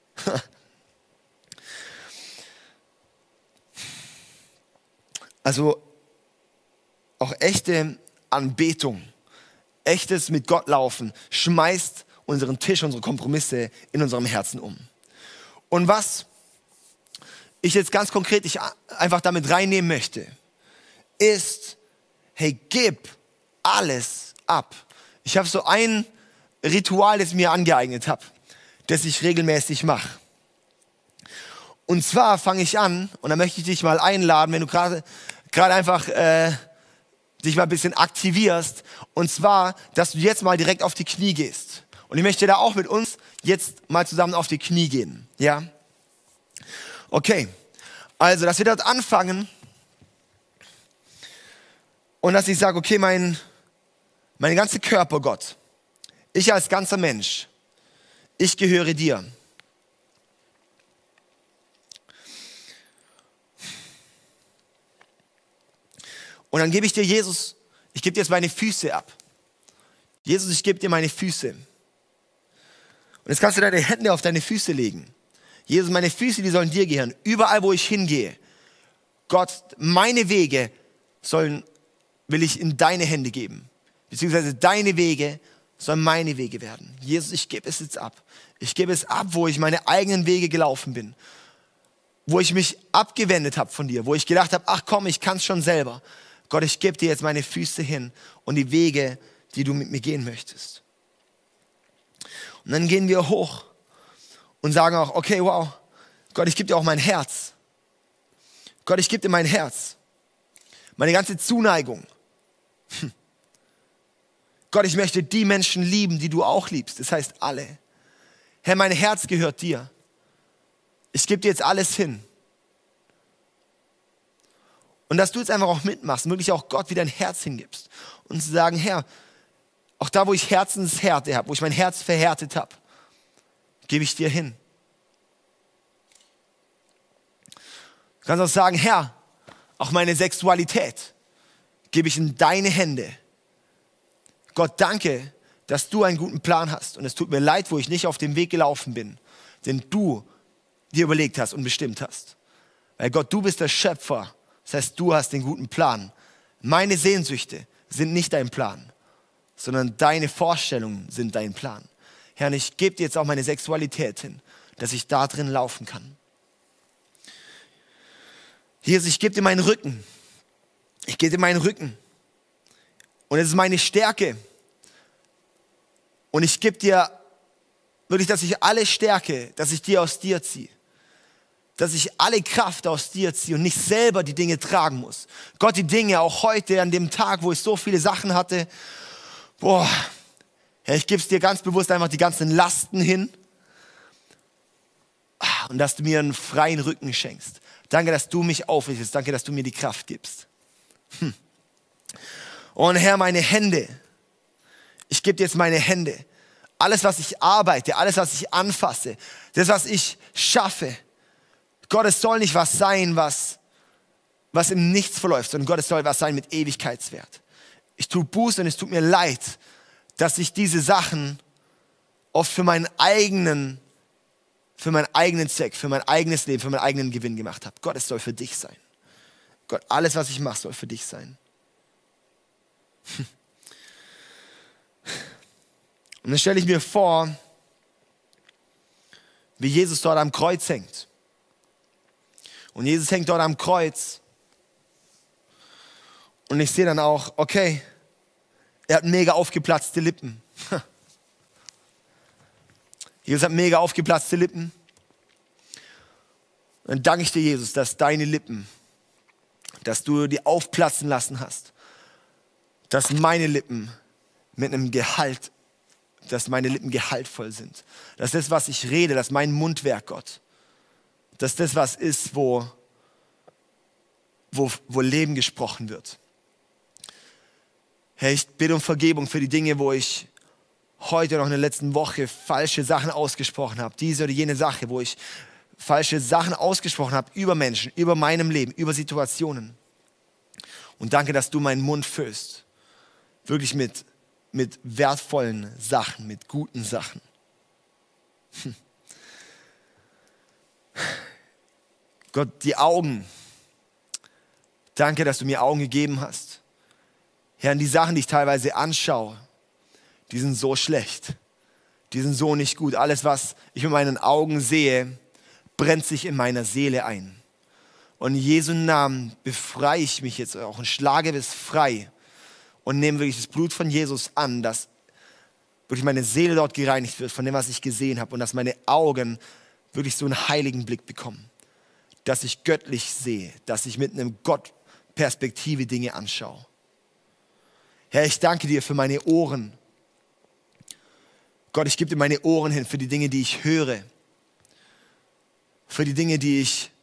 Also auch echte Anbetung, echtes mit Gott laufen, schmeißt unseren Tisch, unsere Kompromisse in unserem Herzen um. Und was ich jetzt ganz konkret ich einfach damit reinnehmen möchte, ist, hey, gib alles ab. Ich habe so ein Ritual, das ich mir angeeignet habe, das ich regelmäßig mache. Und zwar fange ich an, und da möchte ich dich mal einladen, wenn du gerade gerade einfach äh, dich mal ein bisschen aktivierst, und zwar, dass du jetzt mal direkt auf die Knie gehst. Und ich möchte da auch mit uns jetzt mal zusammen auf die Knie gehen. Ja? Okay, also, dass wir dort anfangen und dass ich sage, okay, mein, mein ganzer Körper, Gott, ich als ganzer Mensch, ich gehöre dir. Und dann gebe ich dir, Jesus, ich gebe dir jetzt meine Füße ab. Jesus, ich gebe dir meine Füße. Und jetzt kannst du deine Hände auf deine Füße legen. Jesus, meine Füße, die sollen dir gehören. Überall, wo ich hingehe. Gott, meine Wege sollen, will ich in deine Hände geben. Beziehungsweise deine Wege sollen meine Wege werden. Jesus, ich gebe es jetzt ab. Ich gebe es ab, wo ich meine eigenen Wege gelaufen bin. Wo ich mich abgewendet habe von dir. Wo ich gedacht habe, ach komm, ich kann es schon selber. Gott, ich gebe dir jetzt meine Füße hin und die Wege, die du mit mir gehen möchtest. Und dann gehen wir hoch und sagen auch, okay, wow, Gott, ich gebe dir auch mein Herz. Gott, ich gebe dir mein Herz. Meine ganze Zuneigung. Hm. Gott, ich möchte die Menschen lieben, die du auch liebst. Das heißt alle. Herr, mein Herz gehört dir. Ich gebe dir jetzt alles hin. Und dass du jetzt einfach auch mitmachst und wirklich auch Gott wieder dein Herz hingibst. Und zu sagen, Herr, auch da, wo ich Herzenshärte habe, wo ich mein Herz verhärtet habe, gebe ich dir hin. Du kannst auch sagen, Herr, auch meine Sexualität gebe ich in deine Hände. Gott, danke, dass du einen guten Plan hast. Und es tut mir leid, wo ich nicht auf dem Weg gelaufen bin, den du dir überlegt hast und bestimmt hast. Weil Gott, du bist der Schöpfer. Das heißt, du hast den guten Plan. Meine Sehnsüchte sind nicht dein Plan, sondern deine Vorstellungen sind dein Plan. Herr, und ich gebe dir jetzt auch meine Sexualität hin, dass ich da drin laufen kann. Jesus, ich gebe dir meinen Rücken. Ich gebe dir meinen Rücken. Und es ist meine Stärke. Und ich gebe dir wirklich, dass ich alle Stärke, dass ich die aus dir ziehe. Dass ich alle Kraft aus dir ziehe und nicht selber die Dinge tragen muss. Gott, die Dinge, auch heute an dem Tag, wo ich so viele Sachen hatte, boah, Herr, ich gebe es dir ganz bewusst einfach die ganzen Lasten hin und dass du mir einen freien Rücken schenkst. Danke, dass du mich aufrichtest. Danke, dass du mir die Kraft gibst. Hm. Und Herr, meine Hände, ich gebe dir jetzt meine Hände. Alles, was ich arbeite, alles, was ich anfasse, das, was ich schaffe, Gott, es soll nicht was sein, was, was im Nichts verläuft, sondern Gott, es soll was sein mit Ewigkeitswert. Ich tue Buße und es tut mir leid, dass ich diese Sachen oft für meinen eigenen, für meinen eigenen Zweck, für mein eigenes Leben, für meinen eigenen Gewinn gemacht habe. Gott, es soll für dich sein. Gott, alles, was ich mache, soll für dich sein. Und dann stelle ich mir vor, wie Jesus dort am Kreuz hängt. Und Jesus hängt dort am Kreuz. Und ich sehe dann auch, okay, er hat mega aufgeplatzte Lippen. Jesus hat mega aufgeplatzte Lippen. Und dann danke ich dir, Jesus, dass deine Lippen, dass du die aufplatzen lassen hast. Dass meine Lippen mit einem Gehalt, dass meine Lippen gehaltvoll sind. Dass das, was ich rede, dass mein Mundwerk, Gott, dass das was ist, wo, wo, wo Leben gesprochen wird. Herr, ich bitte um Vergebung für die Dinge, wo ich heute noch in der letzten Woche falsche Sachen ausgesprochen habe. Diese oder jene Sache, wo ich falsche Sachen ausgesprochen habe über Menschen, über meinem Leben, über Situationen. Und danke, dass du meinen Mund füllst Wirklich mit, mit wertvollen Sachen, mit guten Sachen. Hm. Gott, die Augen. Danke, dass du mir Augen gegeben hast. Herr, die Sachen, die ich teilweise anschaue, die sind so schlecht. Die sind so nicht gut. Alles, was ich mit meinen Augen sehe, brennt sich in meiner Seele ein. Und in Jesu Namen befreie ich mich jetzt auch und schlage es frei und nehme wirklich das Blut von Jesus an, dass wirklich meine Seele dort gereinigt wird von dem, was ich gesehen habe und dass meine Augen wirklich so einen heiligen Blick bekommen. Dass ich göttlich sehe, dass ich mit einem Gott-Perspektive Dinge anschaue. Herr, ich danke dir für meine Ohren. Gott, ich gebe dir meine Ohren hin für die Dinge, die ich höre. Für die Dinge, die ich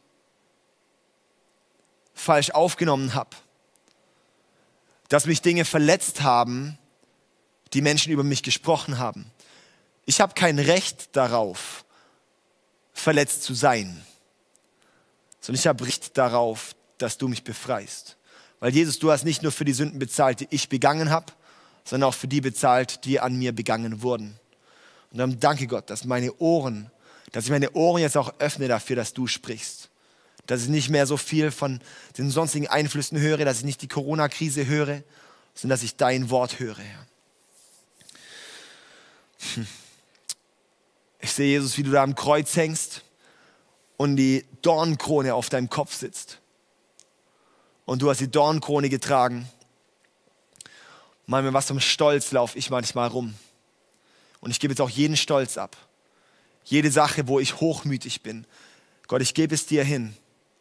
falsch aufgenommen habe. Dass mich Dinge verletzt haben, die Menschen über mich gesprochen haben. Ich habe kein Recht darauf, verletzt zu sein. Sondern ich habe Recht darauf, dass du mich befreist. Weil Jesus, du hast nicht nur für die Sünden bezahlt, die ich begangen habe, sondern auch für die bezahlt, die an mir begangen wurden. Und dann danke Gott, dass meine Ohren, dass ich meine Ohren jetzt auch öffne dafür, dass du sprichst. Dass ich nicht mehr so viel von den sonstigen Einflüssen höre, dass ich nicht die Corona-Krise höre, sondern dass ich dein Wort höre. Hm. Ich sehe, Jesus, wie du da am Kreuz hängst und die Dornenkrone auf deinem Kopf sitzt. Und du hast die Dornenkrone getragen. Manchmal, was zum Stolz laufe ich manchmal rum. Und ich gebe jetzt auch jeden Stolz ab. Jede Sache, wo ich hochmütig bin. Gott, ich gebe es dir hin.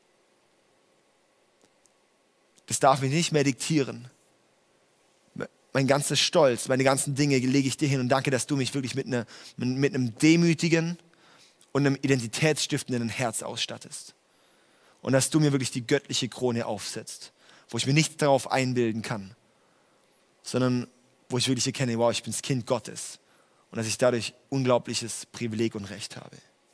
Das darf mich nicht mehr diktieren. Mein ganzer Stolz, meine ganzen Dinge lege ich dir hin und danke, dass du mich wirklich mit, einer, mit einem demütigen und einem identitätsstiftenden Herz ausstattest. Und dass du mir wirklich die göttliche Krone aufsetzt, wo ich mir nicht darauf einbilden kann, sondern wo ich wirklich erkenne, wow, ich bin das Kind Gottes und dass ich dadurch unglaubliches Privileg und Recht habe.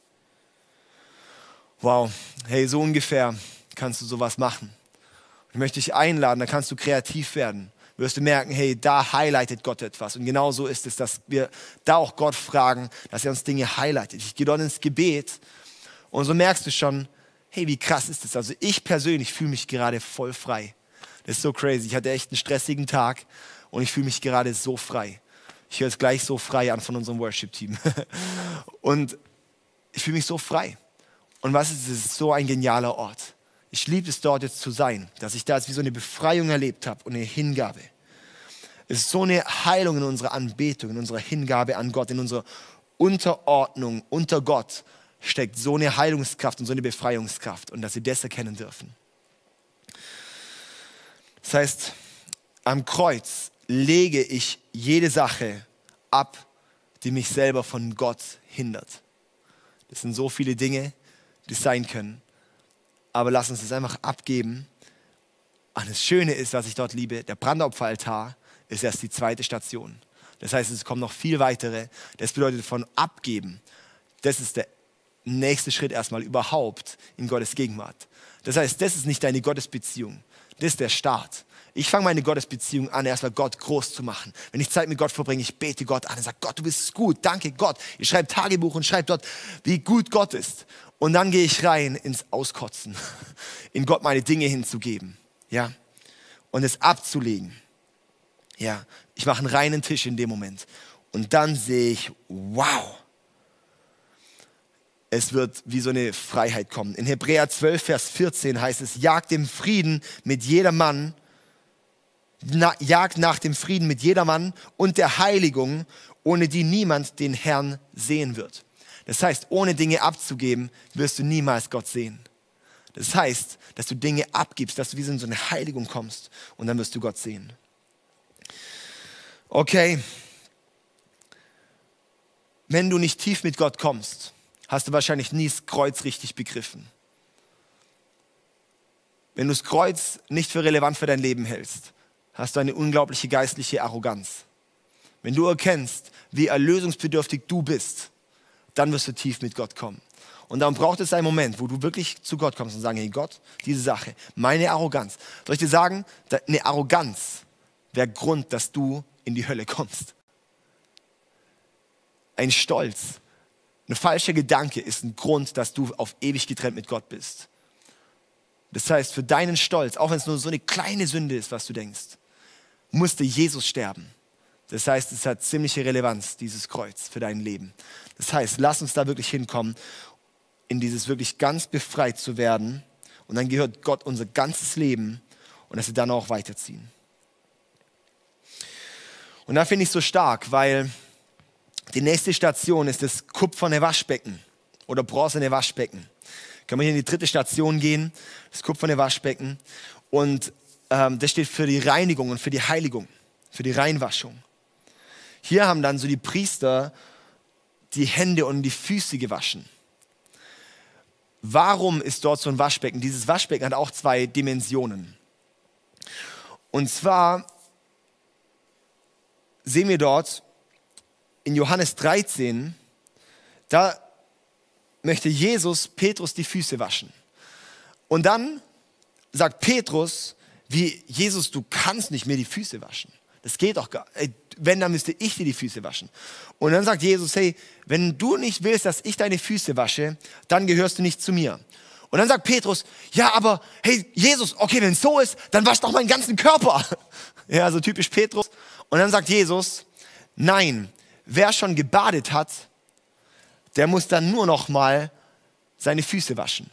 Wow, hey, so ungefähr kannst du sowas machen. Ich möchte dich einladen, da kannst du kreativ werden. Wirst du merken, hey, da highlightet Gott etwas. Und genau so ist es, dass wir da auch Gott fragen, dass er uns Dinge highlightet. Ich gehe dort ins Gebet und so merkst du schon, hey, wie krass ist das? Also ich persönlich fühle mich gerade voll frei. Das ist so crazy. Ich hatte echt einen stressigen Tag und ich fühle mich gerade so frei. Ich höre es gleich so frei an von unserem Worship-Team. Und ich fühle mich so frei. Und was ist es? Es ist so ein genialer Ort. Ich liebe es, dort jetzt zu sein, dass ich da jetzt wie so eine Befreiung erlebt habe und eine Hingabe. Es ist so eine Heilung in unserer Anbetung, in unserer Hingabe an Gott, in unserer Unterordnung unter Gott steckt so eine Heilungskraft und so eine Befreiungskraft und dass sie das erkennen dürfen. Das heißt, am Kreuz lege ich jede Sache ab, die mich selber von Gott hindert. Das sind so viele Dinge, die es sein können. Aber lass uns das einfach abgeben. Und das Schöne ist, was ich dort liebe, der Brandopferaltar ist erst die zweite Station. Das heißt, es kommen noch viel weitere. Das bedeutet von abgeben. Das ist der nächste Schritt erstmal überhaupt in Gottes Gegenwart. Das heißt, das ist nicht deine Gottesbeziehung. Das ist der Start. Ich fange meine Gottesbeziehung an, erstmal Gott groß zu machen. Wenn ich Zeit mit Gott verbringe, ich bete Gott an und sage, Gott, du bist gut, danke Gott. Ich schreibe Tagebuch und schreibe dort, wie gut Gott ist. Und dann gehe ich rein ins Auskotzen, in Gott meine Dinge hinzugeben, ja, und es abzulegen. Ja, ich mache einen reinen Tisch in dem Moment. Und dann sehe ich, wow, es wird wie so eine Freiheit kommen. In Hebräer zwölf, Vers vierzehn heißt es, jagt dem Frieden mit jedermann, na, jagt nach dem Frieden mit jedermann und der Heiligung, ohne die niemand den Herrn sehen wird. Das heißt, ohne Dinge abzugeben, wirst du niemals Gott sehen. Das heißt, dass du Dinge abgibst, dass du wie so in so eine Heiligung kommst und dann wirst du Gott sehen. Okay. Wenn du nicht tief mit Gott kommst, hast du wahrscheinlich nie das Kreuz richtig begriffen. Wenn du das Kreuz nicht für relevant für dein Leben hältst, hast du eine unglaubliche geistliche Arroganz. Wenn du erkennst, wie erlösungsbedürftig du bist, dann wirst du tief mit Gott kommen. Und darum braucht es einen Moment, wo du wirklich zu Gott kommst und sagst, hey Gott, diese Sache, meine Arroganz. Soll ich dir sagen, eine Arroganz wäre Grund, dass du in die Hölle kommst. Ein Stolz, ein falscher Gedanke ist ein Grund, dass du auf ewig getrennt mit Gott bist. Das heißt, für deinen Stolz, auch wenn es nur so eine kleine Sünde ist, was du denkst, musste Jesus sterben. Das heißt, es hat ziemliche Relevanz, dieses Kreuz für dein Leben. Das heißt, lass uns da wirklich hinkommen, in dieses wirklich ganz befreit zu werden. Und dann gehört Gott unser ganzes Leben und dass wir dann auch weiterziehen. Und da finde ich es so stark, weil die nächste Station ist das kupferne Waschbecken oder bronzene Waschbecken. Können wir hier in die dritte Station gehen, das kupferne Waschbecken. Und ähm, das steht für die Reinigung und für die Heiligung, für die Reinwaschung. Hier haben dann so die Priester die Hände und die Füße gewaschen. Warum ist dort so ein Waschbecken? Dieses Waschbecken hat auch zwei Dimensionen. Und zwar sehen wir dort in Johannes dreizehn, da möchte Jesus Petrus die Füße waschen. Und dann sagt Petrus, wie Jesus, du kannst nicht mehr die Füße waschen. Das geht doch gar nicht. Wenn, dann müsste ich dir die Füße waschen. Und dann sagt Jesus, hey, wenn du nicht willst, dass ich deine Füße wasche, dann gehörst du nicht zu mir. Und dann sagt Petrus, ja, aber hey, Jesus, okay, wenn es so ist, dann wasch doch meinen ganzen Körper. Ja, so typisch Petrus. Und dann sagt Jesus, nein, wer schon gebadet hat, der muss dann nur noch mal seine Füße waschen.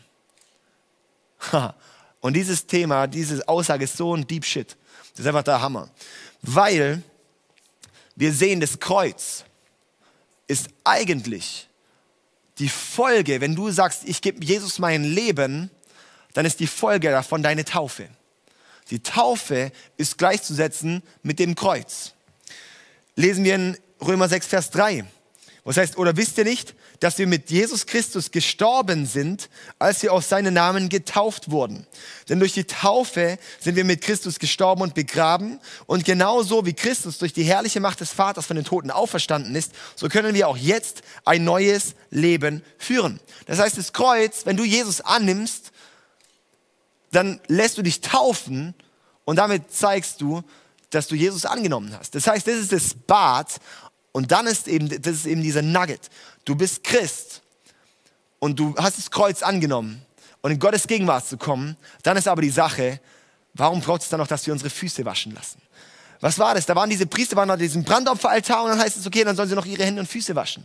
Und dieses Thema, diese Aussage ist so ein Deep Shit. Das ist einfach der Hammer. Weil wir sehen, das Kreuz ist eigentlich die Folge, wenn du sagst, ich gebe Jesus mein Leben, dann ist die Folge davon deine Taufe. Die Taufe ist gleichzusetzen mit dem Kreuz. Lesen wir in Römer sechs, Vers drei. Was heißt, oder wisst ihr nicht, dass wir mit Jesus Christus gestorben sind, als wir auf seinen Namen getauft wurden? Denn durch die Taufe sind wir mit Christus gestorben und begraben. Und genauso wie Christus durch die herrliche Macht des Vaters von den Toten auferstanden ist, so können wir auch jetzt ein neues Leben führen. Das heißt, das Kreuz, wenn du Jesus annimmst, dann lässt du dich taufen und damit zeigst du, dass du Jesus angenommen hast. Das heißt, das ist das Bad. Und dann ist eben, das ist eben dieser Nugget. Du bist Christ und du hast das Kreuz angenommen und in Gottes Gegenwart zu kommen. Dann ist aber die Sache, warum braucht es dann noch, dass wir unsere Füße waschen lassen? Was war das? Da waren diese Priester, waren an diesem Brandopferaltar und dann heißt es, okay, dann sollen sie noch ihre Hände und Füße waschen.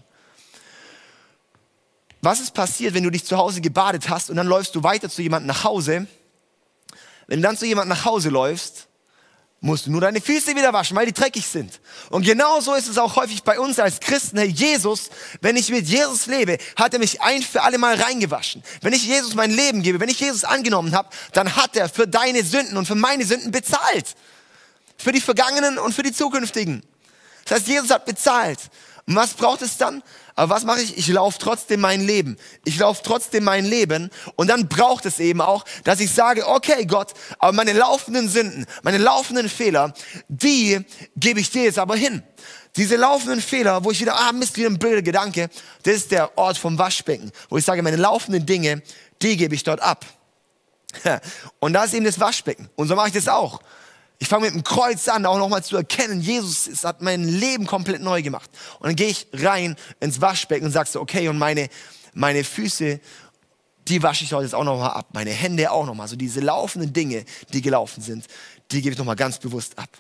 Was ist passiert, wenn du dich zu Hause gebadet hast und dann läufst du weiter zu jemandem nach Hause? Wenn du dann zu jemandem nach Hause läufst, musst du nur deine Füße wieder waschen, weil die dreckig sind. Und genauso ist es auch häufig bei uns als Christen. Hey, Jesus, wenn ich mit Jesus lebe, hat er mich ein für alle Mal reingewaschen. Wenn ich Jesus mein Leben gebe, wenn ich Jesus angenommen habe, dann hat er für deine Sünden und für meine Sünden bezahlt. Für die vergangenen und für die zukünftigen. Das heißt, Jesus hat bezahlt. Und was braucht es dann? Aber was mache ich? Ich laufe trotzdem mein Leben. Ich laufe trotzdem mein Leben. Und dann braucht es eben auch, dass ich sage, okay Gott, aber meine laufenden Sünden, meine laufenden Fehler, die gebe ich dir jetzt aber hin. Diese laufenden Fehler, wo ich wieder, ah Mist, wieder ein blöder Gedanke, das ist der Ort vom Waschbecken, wo ich sage, meine laufenden Dinge, die gebe ich dort ab. Und da ist eben das Waschbecken. Und so mache ich das auch. Ich fange mit dem Kreuz an, auch nochmal zu erkennen, Jesus hat mein Leben komplett neu gemacht. Und dann gehe ich rein ins Waschbecken und sage so, okay, und meine, meine Füße, die wasche ich heute jetzt auch nochmal ab. Meine Hände auch nochmal. So diese laufenden Dinge, die gelaufen sind, die gebe ich nochmal ganz bewusst ab.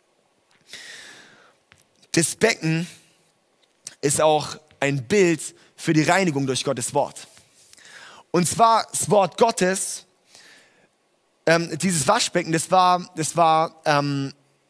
Das Becken ist auch ein Bild für die Reinigung durch Gottes Wort. Und zwar das Wort Gottes. Ähm, dieses Waschbecken, das war, das war ähm,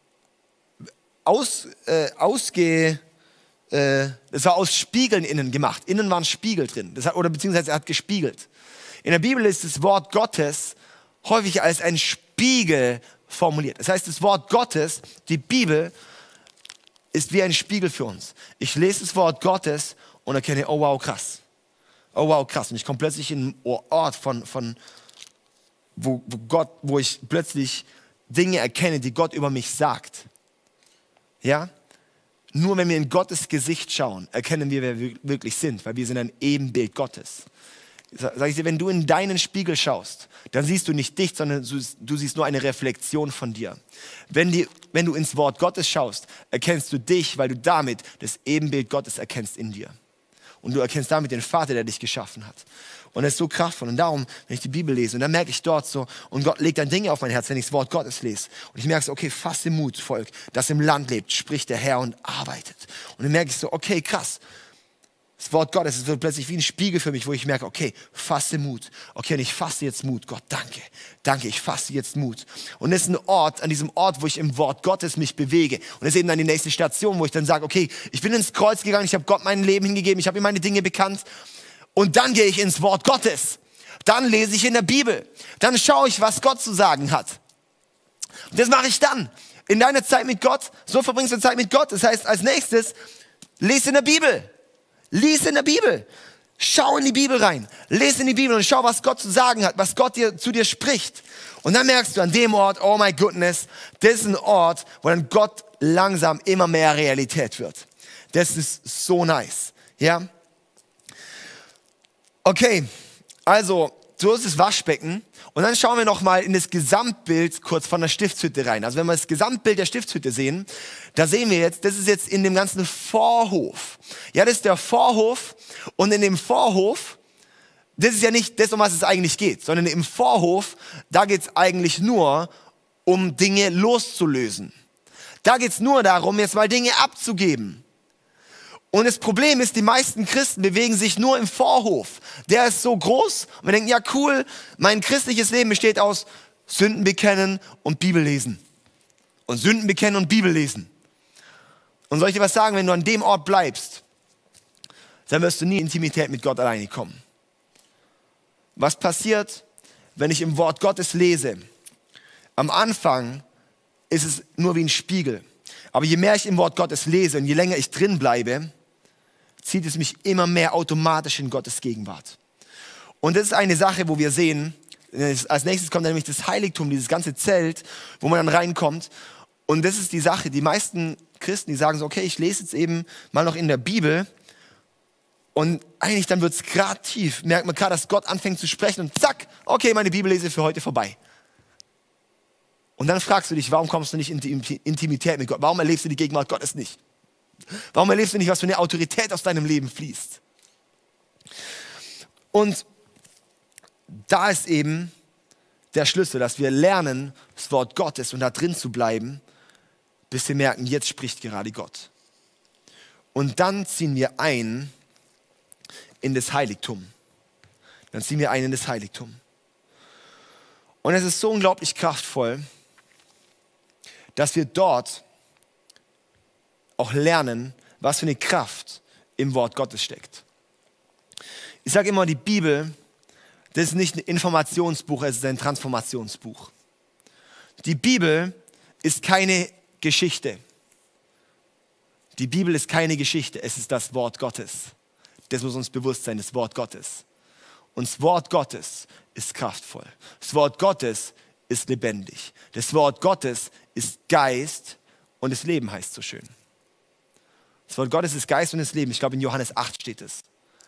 aus, äh, ausge, äh, das war aus Spiegeln innen gemacht. Innen waren Spiegel drin, das hat, oder beziehungsweise er hat gespiegelt. In der Bibel ist das Wort Gottes häufig als ein Spiegel formuliert. Das heißt, das Wort Gottes, die Bibel, ist wie ein Spiegel für uns. Ich lese das Wort Gottes und erkenne, oh wow, krass. Oh wow, krass. Und ich komme plötzlich in einen Ort von, von Wo, wo Gott, wo ich plötzlich Dinge erkenne, die Gott über mich sagt. Ja? Nur wenn wir in Gottes Gesicht schauen, erkennen wir, wer wir wirklich sind, weil wir sind ein Ebenbild Gottes. sag ich dir, wenn du in deinen Spiegel schaust, dann siehst du nicht dich, sondern du, du siehst nur eine Reflexion von dir. Wenn, die, wenn du ins Wort Gottes schaust, erkennst du dich, weil du damit das Ebenbild Gottes erkennst in dir. Und du erkennst damit den Vater, der dich geschaffen hat. Und das ist so kraftvoll. Und darum, wenn ich die Bibel lese, und dann merke ich dort so, und Gott legt dann Dinge auf mein Herz, wenn ich das Wort Gottes lese. Und ich merke so, okay, fasse Mut, Volk, das im Land lebt, spricht der Herr und arbeitet. Und dann merke ich so, okay, krass. Das Wort Gottes, es wird plötzlich wie ein Spiegel für mich, wo ich merke, okay, fasse Mut. Okay, und ich fasse jetzt Mut. Gott, danke. Danke, ich fasse jetzt Mut. Und das ist ein Ort, an diesem Ort, wo ich im Wort Gottes mich bewege. Und das ist eben dann die nächste Station, wo ich dann sage, okay, ich bin ins Kreuz gegangen, ich habe Gott mein Leben hingegeben, ich habe ihm meine Dinge bekannt. Und dann gehe ich ins Wort Gottes. Dann lese ich in der Bibel. Dann schaue ich, was Gott zu sagen hat. Und das mache ich dann. In deiner Zeit mit Gott, so verbringst du Zeit mit Gott. Das heißt, als nächstes, lese in der Bibel. Lies in der Bibel. Schau in die Bibel rein. Lese in die Bibel und schau, was Gott zu sagen hat, was Gott dir, zu dir spricht. Und dann merkst du an dem Ort, oh my goodness, das ist ein Ort, wo dann Gott langsam immer mehr Realität wird. Das ist so nice. Ja? Okay, also so ist das Waschbecken. Und dann schauen wir noch mal in das Gesamtbild kurz von der Stiftshütte rein. Also wenn wir das Gesamtbild der Stiftshütte sehen, da sehen wir jetzt, das ist jetzt in dem ganzen Vorhof. Ja, das ist der Vorhof. Und in dem Vorhof, das ist ja nicht das, um was es eigentlich geht, sondern im Vorhof, da geht es eigentlich nur um Dinge loszulösen. Da geht es nur darum, jetzt mal Dinge abzugeben. Und das Problem ist, die meisten Christen bewegen sich nur im Vorhof. Der ist so groß und wir denken, ja cool, mein christliches Leben besteht aus Sünden bekennen und Bibel lesen. Und Sünden bekennen und Bibel lesen. Und soll ich dir was sagen, wenn du an dem Ort bleibst, dann wirst du nie in Intimität mit Gott alleine kommen. Was passiert, wenn ich im Wort Gottes lese? Am Anfang ist es nur wie ein Spiegel. Aber je mehr ich im Wort Gottes lese und je länger ich drin bleibe, zieht es mich immer mehr automatisch in Gottes Gegenwart. Und das ist eine Sache, wo wir sehen, als nächstes kommt nämlich das Heiligtum, dieses ganze Zelt, wo man dann reinkommt. Und das ist die Sache, die meisten Christen, die sagen so, okay, ich lese jetzt eben mal noch in der Bibel und eigentlich dann wird es gerade tief, merkt man gerade, dass Gott anfängt zu sprechen und zack, okay, meine Bibellese für heute vorbei. Und dann fragst du dich, warum kommst du nicht in die Intimität mit Gott? Warum erlebst du die Gegenwart Gottes nicht? Warum erlebst du nicht, was für eine Autorität aus deinem Leben fließt? Und da ist eben der Schlüssel, dass wir lernen, das Wort Gottes und da drin zu bleiben, bis wir merken, jetzt spricht gerade Gott. Und dann ziehen wir ein in das Heiligtum. Dann ziehen wir ein in das Heiligtum. Und es ist so unglaublich kraftvoll, dass wir dort auch lernen, was für eine Kraft im Wort Gottes steckt. Ich sage immer, die Bibel, das ist nicht ein Informationsbuch, es ist ein Transformationsbuch. Die Bibel ist keine Geschichte. Die Bibel ist keine Geschichte, es ist das Wort Gottes. Das muss uns bewusst sein, das Wort Gottes. Und das Wort Gottes ist kraftvoll. Das Wort Gottes ist lebendig. Das Wort Gottes ist Geist und das Leben heißt so schön. Das Wort Gottes ist Geist und das Leben. Ich glaube, in Johannes acht steht es.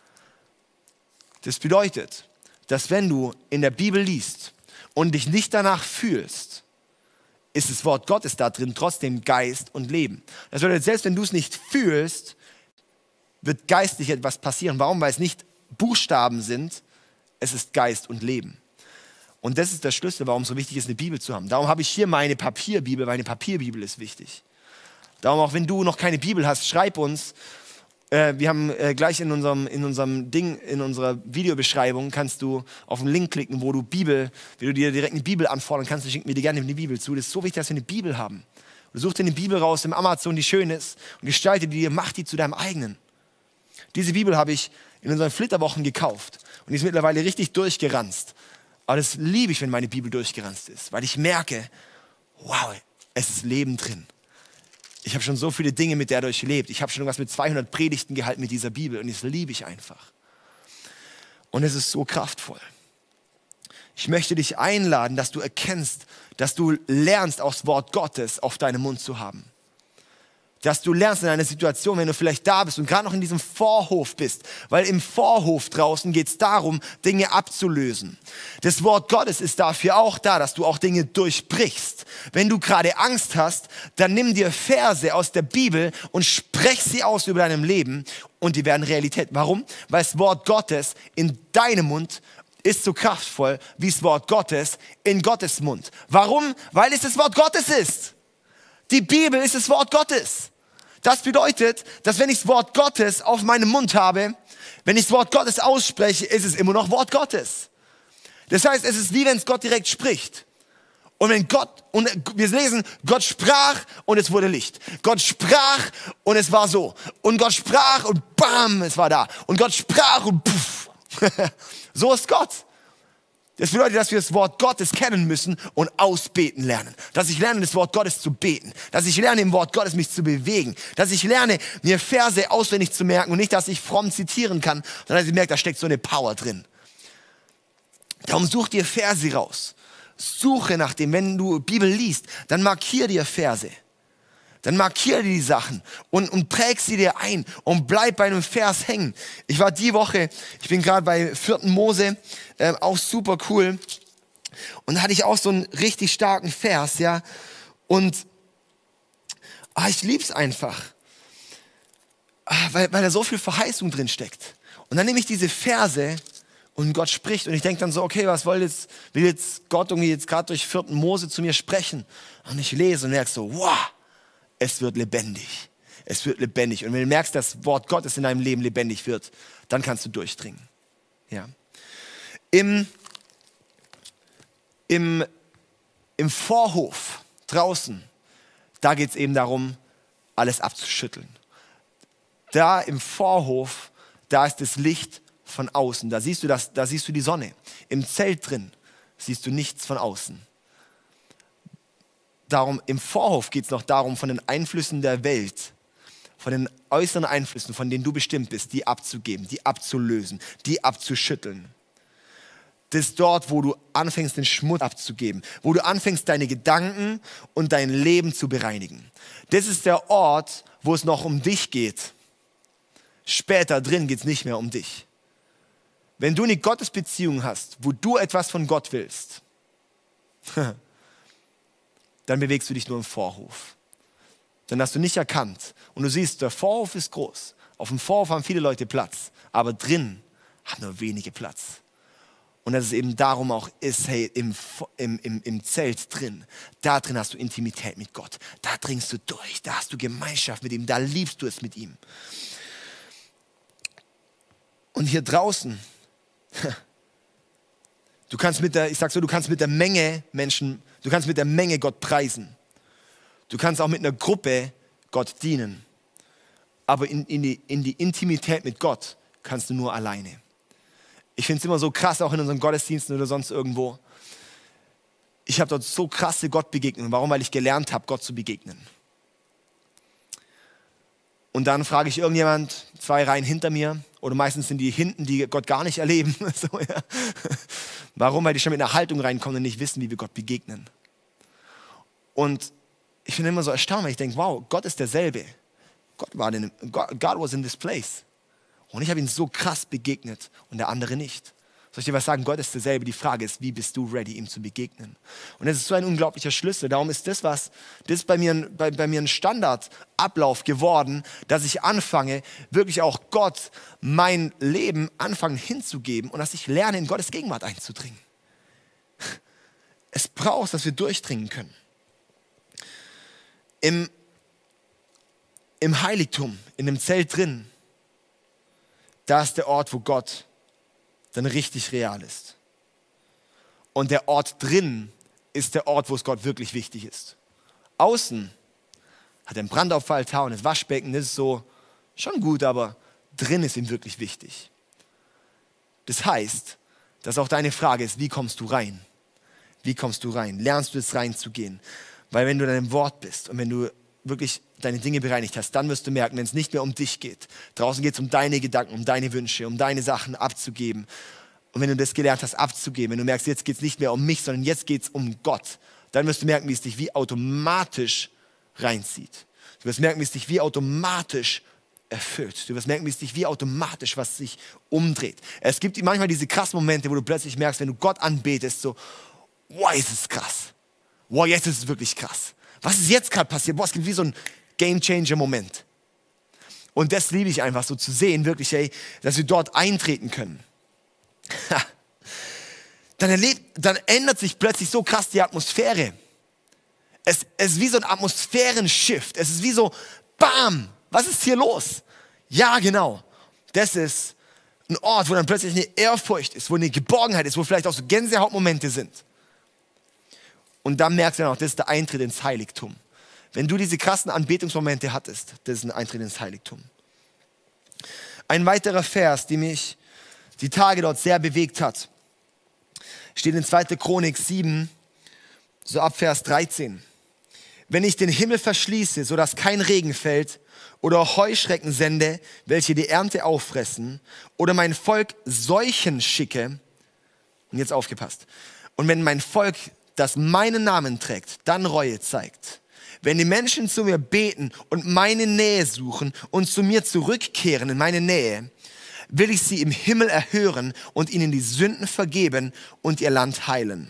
Das bedeutet, dass wenn du in der Bibel liest und dich nicht danach fühlst, ist das Wort Gottes da drin trotzdem Geist und Leben. Das bedeutet, selbst wenn du es nicht fühlst, wird geistlich etwas passieren. Warum? Weil es nicht Buchstaben sind, es ist Geist und Leben. Und das ist der Schlüssel, warum es so wichtig ist, eine Bibel zu haben. Darum habe ich hier meine Papierbibel, weil eine Papierbibel ist wichtig. Darum auch, wenn du noch keine Bibel hast, schreib uns. Äh, wir haben äh, gleich in unserem, in unserem Ding, in unserer Videobeschreibung, kannst du auf den Link klicken, wo du Bibel, wie du dir direkt eine Bibel anfordern kannst, dann schicken wir dir gerne eine Bibel zu. Das ist so wichtig, dass wir eine Bibel haben. Du suchst dir eine Bibel raus im Amazon, die schön ist und gestalte die dir, mach die zu deinem eigenen. Diese Bibel habe ich in unseren Flitterwochen gekauft und die ist mittlerweile richtig durchgeranzt. Aber das liebe ich, wenn meine Bibel durchgeranzt ist, weil ich merke, wow, es ist Leben drin. Ich habe schon so viele Dinge mit der durchlebt. Ich habe schon was mit zweihundert Predigten gehalten mit dieser Bibel und das liebe ich einfach. Und es ist so kraftvoll. Ich möchte dich einladen, dass du erkennst, dass du lernst, auch das Wort Gottes auf deinem Mund zu haben. dass du lernst in einer Situation, wenn du vielleicht da bist und gerade noch in diesem Vorhof bist, weil im Vorhof draußen geht es darum, Dinge abzulösen. Das Wort Gottes ist dafür auch da, dass du auch Dinge durchbrichst. Wenn du gerade Angst hast, dann nimm dir Verse aus der Bibel und sprech sie aus über deinem Leben und die werden Realität. Warum? Weil das Wort Gottes in deinem Mund ist so kraftvoll wie das Wort Gottes in Gottes Mund. Warum? Weil es das Wort Gottes ist. Die Bibel ist das Wort Gottes. Das bedeutet, dass wenn ich das Wort Gottes auf meinem Mund habe, wenn ich das Wort Gottes ausspreche, ist es immer noch Wort Gottes. Das heißt, es ist wie wenn es Gott direkt spricht. Und wenn Gott, und wir lesen, Gott sprach und es wurde Licht. Gott sprach und es war so. Und Gott sprach und bam, es war da. Und Gott sprach und puff. So ist Gott. Das bedeutet, dass wir das Wort Gottes kennen müssen und ausbeten lernen. Dass ich lerne, das Wort Gottes zu beten. Dass ich lerne, im Wort Gottes mich zu bewegen. Dass ich lerne, mir Verse auswendig zu merken und nicht, dass ich fromm zitieren kann, sondern dass ich merke, da steckt so eine Power drin. Darum such dir Verse raus. Suche nach dem, wenn du Bibel liest, dann markier dir Verse. Dann markiere die Sachen und, und präg sie dir ein und bleib bei einem Vers hängen. Ich war die Woche, ich bin gerade bei vierten Mose, äh, auch super cool. Und da hatte ich auch so einen richtig starken Vers, ja. Und ah, ich lieb's einfach, ah, weil, weil da so viel Verheißung drin steckt. Und dann nehme ich diese Verse und Gott spricht und ich denke dann so, okay, was will jetzt, will jetzt Gott irgendwie jetzt gerade durch vierten Mose zu mir sprechen? Und ich lese und merke so, wow, es wird lebendig. Es wird lebendig. Und wenn du merkst, dass das Wort Gottes in deinem Leben lebendig wird, dann kannst du durchdringen. Ja. Im, im, im Vorhof draußen, da geht es eben darum, alles abzuschütteln. Da im Vorhof, da ist das Licht von außen. Da siehst du, das, da siehst du die Sonne. Im Zelt drin siehst du nichts von außen. Darum, im Vorhof geht es noch darum, von den Einflüssen der Welt, von den äußeren Einflüssen, von denen du bestimmt bist, die abzugeben, die abzulösen, die abzuschütteln. Das ist dort, wo du anfängst, den Schmutz abzugeben, wo du anfängst, deine Gedanken und dein Leben zu bereinigen. Das ist der Ort, wo es noch um dich geht. Später drin geht es nicht mehr um dich. Wenn du eine Gottesbeziehung hast, wo du etwas von Gott willst, dann bewegst du dich nur im Vorhof. Dann hast du nicht erkannt. Und du siehst, der Vorhof ist groß. Auf dem Vorhof haben viele Leute Platz. Aber drin haben nur wenige Platz. Und dass es eben darum auch ist, hey, im, im, im, im Zelt drin, da drin hast du Intimität mit Gott. Da dringst du durch, da hast du Gemeinschaft mit ihm, da liebst du es mit ihm. Und hier draußen, du kannst mit der, ich sag so, du kannst mit der Menge Menschen, du kannst mit der Menge Gott preisen. Du kannst auch mit einer Gruppe Gott dienen. Aber in, in, die, in die Intimität mit Gott kannst du nur alleine. Ich finde es immer so krass, auch in unseren Gottesdiensten oder sonst irgendwo. Ich habe dort so krasse Gottbegegnungen. Warum? Weil ich gelernt habe, Gott zu begegnen. Und dann frage ich irgendjemand, zwei Reihen hinter mir, oder meistens sind die hinten, die Gott gar nicht erleben. so, ja. Warum? Weil die schon mit einer Haltung reinkommen und nicht wissen, wie wir Gott begegnen. Und ich bin immer so erstaunt, weil ich denke, wow, Gott ist derselbe. Gott war in, God was in this place. Und ich habe ihn so krass begegnet und der andere nicht. Soll ich dir was sagen? Gott ist derselbe. Die Frage ist, wie bist du ready, ihm zu begegnen? Und das ist so ein unglaublicher Schlüssel. Darum ist das, was, das ist bei mir, bei, bei mir ein Standardablauf geworden, dass ich anfange, wirklich auch Gott mein Leben anfangen hinzugeben und dass ich lerne, in Gottes Gegenwart einzudringen. Es braucht, dass wir durchdringen können. Im, im Heiligtum, in dem Zelt drin, da ist der Ort, wo Gott dann richtig real ist. Und der Ort drin ist der Ort, wo es Gott wirklich wichtig ist. Außen hat er einen Brandopferaltar und das Waschbecken, das ist so schon gut, aber drin ist ihm wirklich wichtig. Das heißt, dass auch deine Frage ist, wie kommst du rein? Wie kommst du rein? Lernst du es reinzugehen? Weil wenn du in deinem Wort bist und wenn du wirklich deine Dinge bereinigt hast, dann wirst du merken, wenn es nicht mehr um dich geht. Draußen geht es um deine Gedanken, um deine Wünsche, um deine Sachen abzugeben. Und wenn du das gelernt hast, abzugeben, wenn du merkst, jetzt geht es nicht mehr um mich, sondern jetzt geht es um Gott, dann wirst du merken, wie es dich wie automatisch reinzieht. Du wirst merken, wie es dich wie automatisch erfüllt. Du wirst merken, wie es dich wie automatisch was sich umdreht. Es gibt manchmal diese krassen Momente, wo du plötzlich merkst, wenn du Gott anbetest, so, wow, ist es krass. Wow, jetzt ist es wirklich krass. Was ist jetzt gerade passiert? Boah, es gibt wie so einen Game-Changer-Moment. Und das liebe ich einfach so zu sehen, wirklich, ey, dass wir dort eintreten können. Dann, erlebt, dann ändert sich plötzlich so krass die Atmosphäre. Es, es ist wie so ein Atmosphärenshift. Es ist wie so, bam, was ist hier los? Ja, genau. Das ist ein Ort, wo dann plötzlich eine Ehrfurcht ist, wo eine Geborgenheit ist, wo vielleicht auch so Gänsehautmomente sind. Und dann merkst du dann auch, das ist der Eintritt ins Heiligtum. Wenn du diese krassen Anbetungsmomente hattest, das ist ein Eintritt ins Heiligtum. Ein weiterer Vers, der mich die Tage dort sehr bewegt hat, steht in zweiter Chronik sieben, so ab Vers dreizehn. Wenn ich den Himmel verschließe, sodass kein Regen fällt, oder Heuschrecken sende, welche die Ernte auffressen, oder mein Volk Seuchen schicke, und jetzt aufgepasst, und wenn mein Volk, das meinen Namen trägt, dann Reue zeigt, wenn die Menschen zu mir beten und meine Nähe suchen und zu mir zurückkehren in meine Nähe, will ich sie im Himmel erhören und ihnen die Sünden vergeben und ihr Land heilen.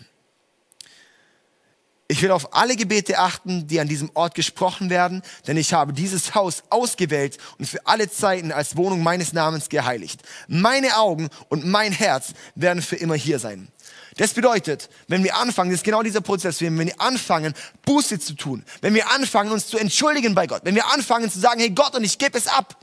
Ich will auf alle Gebete achten, die an diesem Ort gesprochen werden, denn ich habe dieses Haus ausgewählt und für alle Zeiten als Wohnung meines Namens geheiligt. Meine Augen und mein Herz werden für immer hier sein. Das bedeutet, wenn wir anfangen, das ist genau dieser Prozess, wenn wir anfangen, Buße zu tun, wenn wir anfangen, uns zu entschuldigen bei Gott, wenn wir anfangen zu sagen, hey Gott, und ich gebe es ab,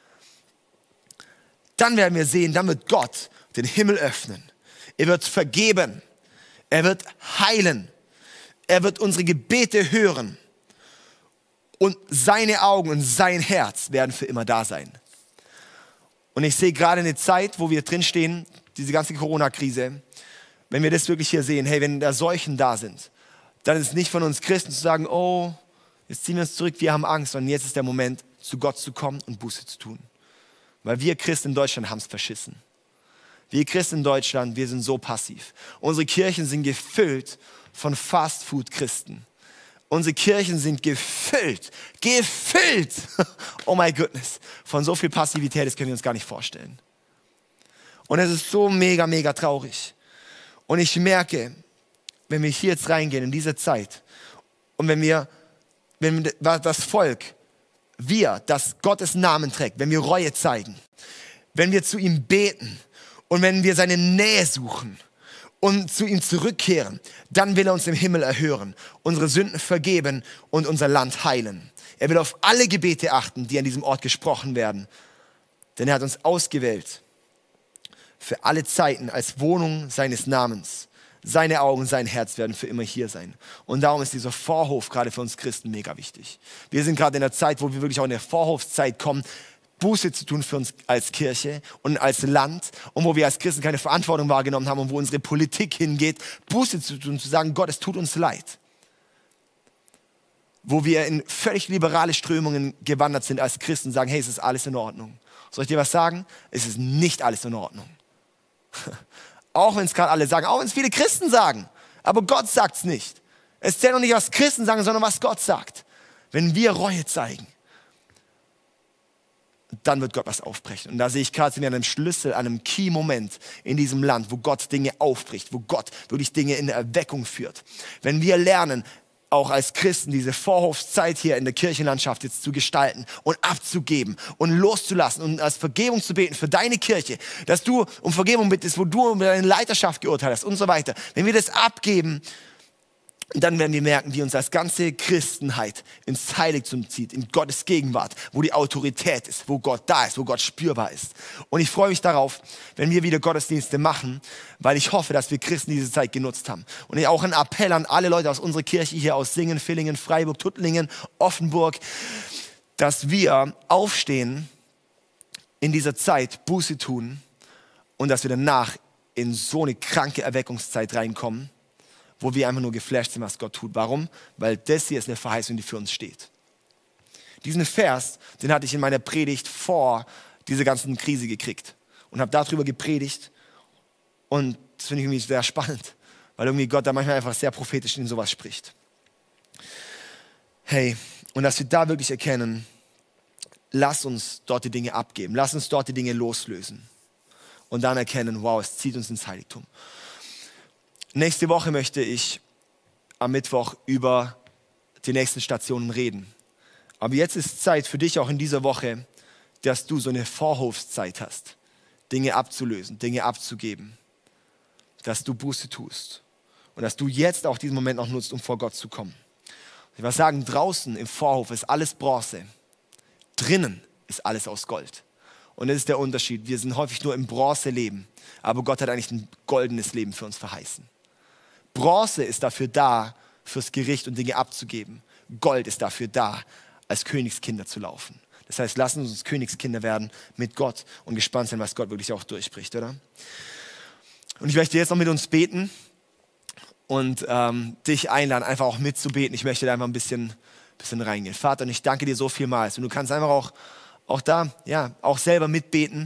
dann werden wir sehen, dann wird Gott den Himmel öffnen. Er wird vergeben. Er wird heilen. Er wird unsere Gebete hören. Und seine Augen und sein Herz werden für immer da sein. Und ich sehe gerade eine Zeit, wo wir drinstehen, diese ganze Corona-Krise, wenn wir das wirklich hier sehen, hey, wenn da Seuchen da sind, dann ist es nicht von uns Christen zu sagen, oh, jetzt ziehen wir uns zurück, wir haben Angst, sondern jetzt ist der Moment, zu Gott zu kommen und Buße zu tun. Weil wir Christen in Deutschland haben es verschissen. Wir Christen in Deutschland, wir sind so passiv. Unsere Kirchen sind gefüllt von Fast-Food-Christen. Unsere Kirchen sind gefüllt, gefüllt, oh my goodness, von so viel Passivität, das können wir uns gar nicht vorstellen. Und es ist so mega, mega traurig. Und ich merke, wenn wir hier jetzt reingehen in diese Zeit und wenn wir, wenn das Volk, wir, das Gottes Namen trägt, wenn wir Reue zeigen, wenn wir zu ihm beten und wenn wir seine Nähe suchen und zu ihm zurückkehren, dann will er uns im Himmel erhören, unsere Sünden vergeben und unser Land heilen. Er will auf alle Gebete achten, die an diesem Ort gesprochen werden, denn er hat uns ausgewählt für alle Zeiten als Wohnung seines Namens. Seine Augen, sein Herz werden für immer hier sein. Und darum ist dieser Vorhof gerade für uns Christen mega wichtig. Wir sind gerade in der Zeit, wo wir wirklich auch in der Vorhofszeit kommen, Buße zu tun für uns als Kirche und als Land und wo wir als Christen keine Verantwortung wahrgenommen haben und wo unsere Politik hingeht, Buße zu tun, zu sagen, Gott, es tut uns leid. Wo wir in völlig liberale Strömungen gewandert sind als Christen und sagen, hey, es ist alles in Ordnung. Soll ich dir was sagen? Es ist nicht alles in Ordnung. Auch wenn es gerade alle sagen, auch wenn es viele Christen sagen. Aber Gott sagt es nicht. Es zählt noch nicht, was Christen sagen, sondern was Gott sagt. Wenn wir Reue zeigen, dann wird Gott was aufbrechen. Und da sehe ich gerade in einem Schlüssel, einem Key-Moment in diesem Land, wo Gott Dinge aufbricht, wo Gott wirklich Dinge in der Erweckung führt. Wenn wir lernen, auch als Christen diese Vorhofszeit hier in der Kirchenlandschaft jetzt zu gestalten und abzugeben und loszulassen und als Vergebung zu beten für deine Kirche, dass du um Vergebung bittest, wo du um deine Leiterschaft geurteilt hast und so weiter. Wenn wir das abgeben, dann werden wir merken, wie uns als ganze Christenheit ins Heiligtum zieht, in Gottes Gegenwart, wo die Autorität ist, wo Gott da ist, wo Gott spürbar ist. Und ich freue mich darauf, wenn wir wieder Gottesdienste machen, weil ich hoffe, dass wir Christen diese Zeit genutzt haben. Und ich auch einen Appell an alle Leute aus unserer Kirche hier aus Singen, Villingen, Freiburg, Tuttlingen, Offenburg, dass wir aufstehen in dieser Zeit, Buße tun und dass wir danach in so eine kranke Erweckungszeit reinkommen, wo wir einfach nur geflasht sind, was Gott tut. Warum? Weil das hier ist eine Verheißung, die für uns steht. Diesen Vers, den hatte ich in meiner Predigt vor dieser ganzen Krise gekriegt und habe darüber gepredigt. Und das finde ich irgendwie sehr spannend, weil irgendwie Gott da manchmal einfach sehr prophetisch in sowas spricht. Hey, Und dass wir da wirklich erkennen, lass uns dort die Dinge abgeben, lass uns dort die Dinge loslösen und dann erkennen, wow, es zieht uns ins Heiligtum. Nächste Woche möchte ich am Mittwoch über die nächsten Stationen reden. Aber jetzt ist Zeit für dich auch in dieser Woche, dass du so eine Vorhofszeit hast, Dinge abzulösen, Dinge abzugeben, dass du Buße tust und dass du jetzt auch diesen Moment noch nutzt, um vor Gott zu kommen. Ich will sagen, draußen im Vorhof ist alles Bronze, drinnen ist alles aus Gold. Und das ist der Unterschied. Wir sind häufig nur im Bronze-Leben, aber Gott hat eigentlich ein goldenes Leben für uns verheißen. Bronze ist dafür da, fürs Gericht und Dinge abzugeben. Gold ist dafür da, als Königskinder zu laufen. Das heißt, lassen uns uns Königskinder werden mit Gott und gespannt sein, was Gott wirklich auch durchbricht, oder? Und ich möchte jetzt noch mit uns beten und ähm, dich einladen, einfach auch mitzubeten. Ich möchte da einfach ein bisschen, bisschen reingehen. Vater, und ich danke dir so vielmals. Und du kannst einfach auch, auch da, ja, auch selber mitbeten,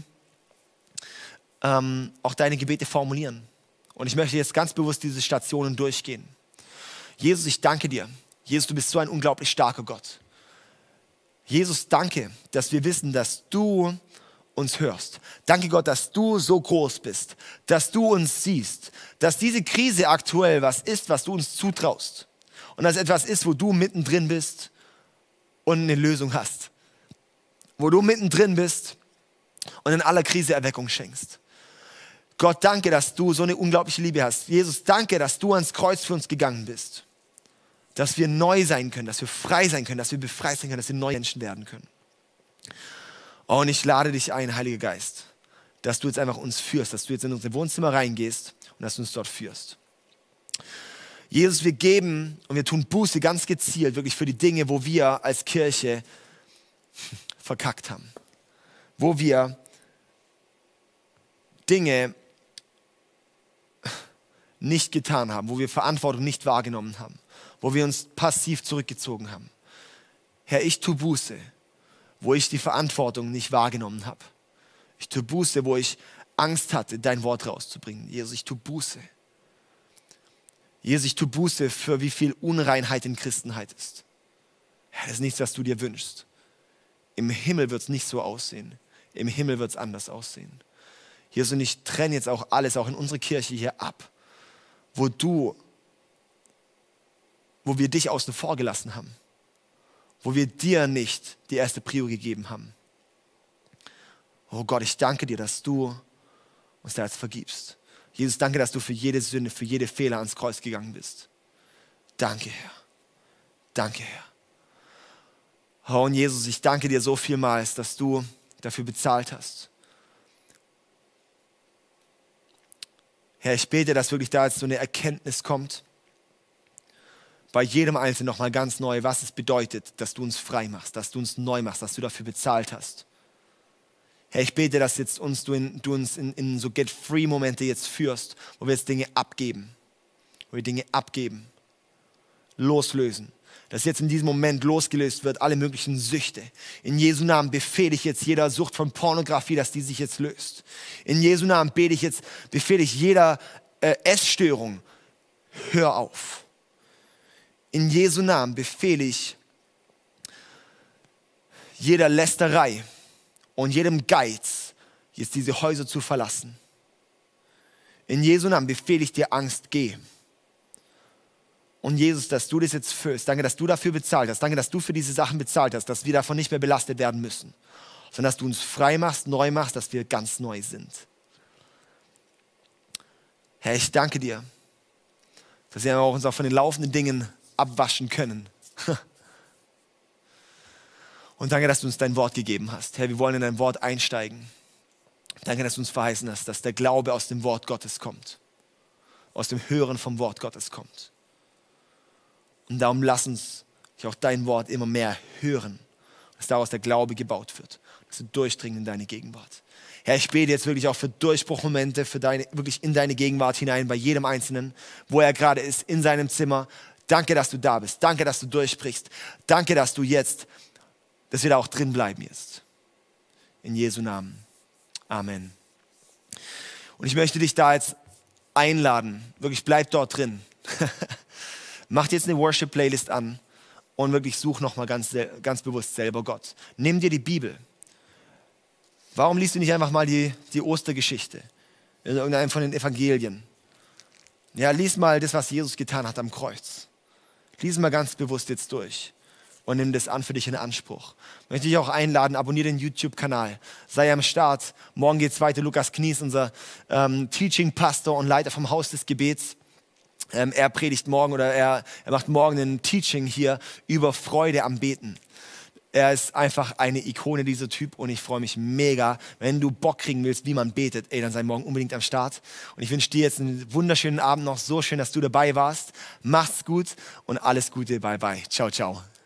ähm, auch deine Gebete formulieren. Und ich möchte jetzt ganz bewusst diese Stationen durchgehen. Jesus, ich danke dir. Jesus, du bist so ein unglaublich starker Gott. Jesus, danke, dass wir wissen, dass du uns hörst. Danke Gott, dass du so groß bist, dass du uns siehst, dass diese Krise aktuell was ist, was du uns zutraust. Und dass etwas ist, wo du mittendrin bist und eine Lösung hast. Wo du mittendrin bist und in aller Krise Erweckung schenkst. Gott, danke, dass du so eine unglaubliche Liebe hast. Jesus, danke, dass du ans Kreuz für uns gegangen bist. Dass wir neu sein können, dass wir frei sein können, dass wir befreit sein können, dass wir neue Menschen werden können. Oh, und ich lade dich ein, Heiliger Geist, dass du jetzt einfach uns führst, dass du jetzt in unsere Wohnzimmer reingehst und dass du uns dort führst. Jesus, wir geben und wir tun Buße ganz gezielt, wirklich für die Dinge, wo wir als Kirche verkackt haben. Wo wir Dinge nicht getan haben, wo wir Verantwortung nicht wahrgenommen haben, wo wir uns passiv zurückgezogen haben. Herr, ich tue Buße, wo ich die Verantwortung nicht wahrgenommen habe. Ich tue Buße, wo ich Angst hatte, dein Wort rauszubringen. Jesus, ich tue Buße. Jesus, ich tue Buße für wie viel Unreinheit in Christenheit ist. Herr, das ist nichts, was du dir wünschst. Im Himmel wird es nicht so aussehen. Im Himmel wird es anders aussehen. Jesus, und ich trenne jetzt auch alles, auch in unsere Kirche hier ab, wo du, wo wir dich außen vor gelassen haben, wo wir dir nicht die erste Prio gegeben haben. Oh Gott, ich danke dir, dass du uns da jetzt vergibst. Jesus, danke, dass du für jede Sünde, für jede Fehler ans Kreuz gegangen bist. Danke, Herr. Danke, Herr. Oh, und Jesus, ich danke dir so vielmals, dass du dafür bezahlt hast. Herr, ich bete, dass wirklich da jetzt so eine Erkenntnis kommt, bei jedem Einzelnen nochmal ganz neu, was es bedeutet, dass du uns frei machst, dass du uns neu machst, dass du dafür bezahlt hast. Herr, ich bete, dass jetzt uns, du, in, du uns in, in so Get-Free-Momente jetzt führst, wo wir jetzt Dinge abgeben, wo wir Dinge abgeben, loslösen. Dass jetzt in diesem Moment losgelöst wird, alle möglichen Süchte. In Jesu Namen befehle ich jetzt jeder Sucht von Pornografie, dass die sich jetzt löst. In Jesu Namen bete ich jetzt, befehle ich jeder äh, Essstörung, hör auf. In Jesu Namen befehle ich jeder Lästerei und jedem Geiz, jetzt diese Häuser zu verlassen. In Jesu Namen befehle ich dir Angst, geh. Und Jesus, dass du das jetzt füllst. Danke, dass du dafür bezahlt hast. Danke, dass du für diese Sachen bezahlt hast, dass wir davon nicht mehr belastet werden müssen. Sondern dass du uns frei machst, neu machst, dass wir ganz neu sind. Herr, ich danke dir, dass wir uns auch von den laufenden Dingen abwaschen können. Und danke, dass du uns dein Wort gegeben hast. Herr, wir wollen in dein Wort einsteigen. Danke, dass du uns verheißen hast, dass der Glaube aus dem Wort Gottes kommt. Aus dem Hören vom Wort Gottes kommt. Und darum lass uns auch dein Wort immer mehr hören, dass daraus der Glaube gebaut wird, dass wir durchdringen in deine Gegenwart. Herr, ich bete jetzt wirklich auch für Durchbruchmomente, für deine, wirklich in deine Gegenwart hinein, bei jedem Einzelnen, wo er gerade ist, in seinem Zimmer. Danke, dass du da bist. Danke, dass du durchbrichst. Danke, dass du jetzt, dass wir da auch drin bleiben jetzt. In Jesu Namen. Amen. Und ich möchte dich da jetzt einladen. Wirklich, bleib dort drin. Mach jetzt eine Worship-Playlist an und wirklich such nochmal ganz, ganz bewusst selber Gott. Nimm dir die Bibel. Warum liest du nicht einfach mal die, die Ostergeschichte in irgendeinem von den Evangelien? Ja, lies mal das, was Jesus getan hat am Kreuz. Lies mal ganz bewusst jetzt durch und nimm das an für dich in Anspruch. Ich möchte dich auch einladen, abonniere den YouTube-Kanal. Sei am Start. Morgen geht es weiter. Lukas Knies, unser ähm, Teaching-Pastor und Leiter vom Haus des Gebets. Ähm, er predigt morgen oder er, er macht morgen ein Teaching hier über Freude am Beten. Er ist einfach eine Ikone, dieser Typ, und ich freue mich mega. Wenn du Bock kriegen willst, wie man betet, ey, dann sei morgen unbedingt am Start. Und ich wünsche dir jetzt einen wunderschönen Abend noch. So schön, dass du dabei warst. Mach's gut und alles Gute. Bye, bye. Ciao, ciao.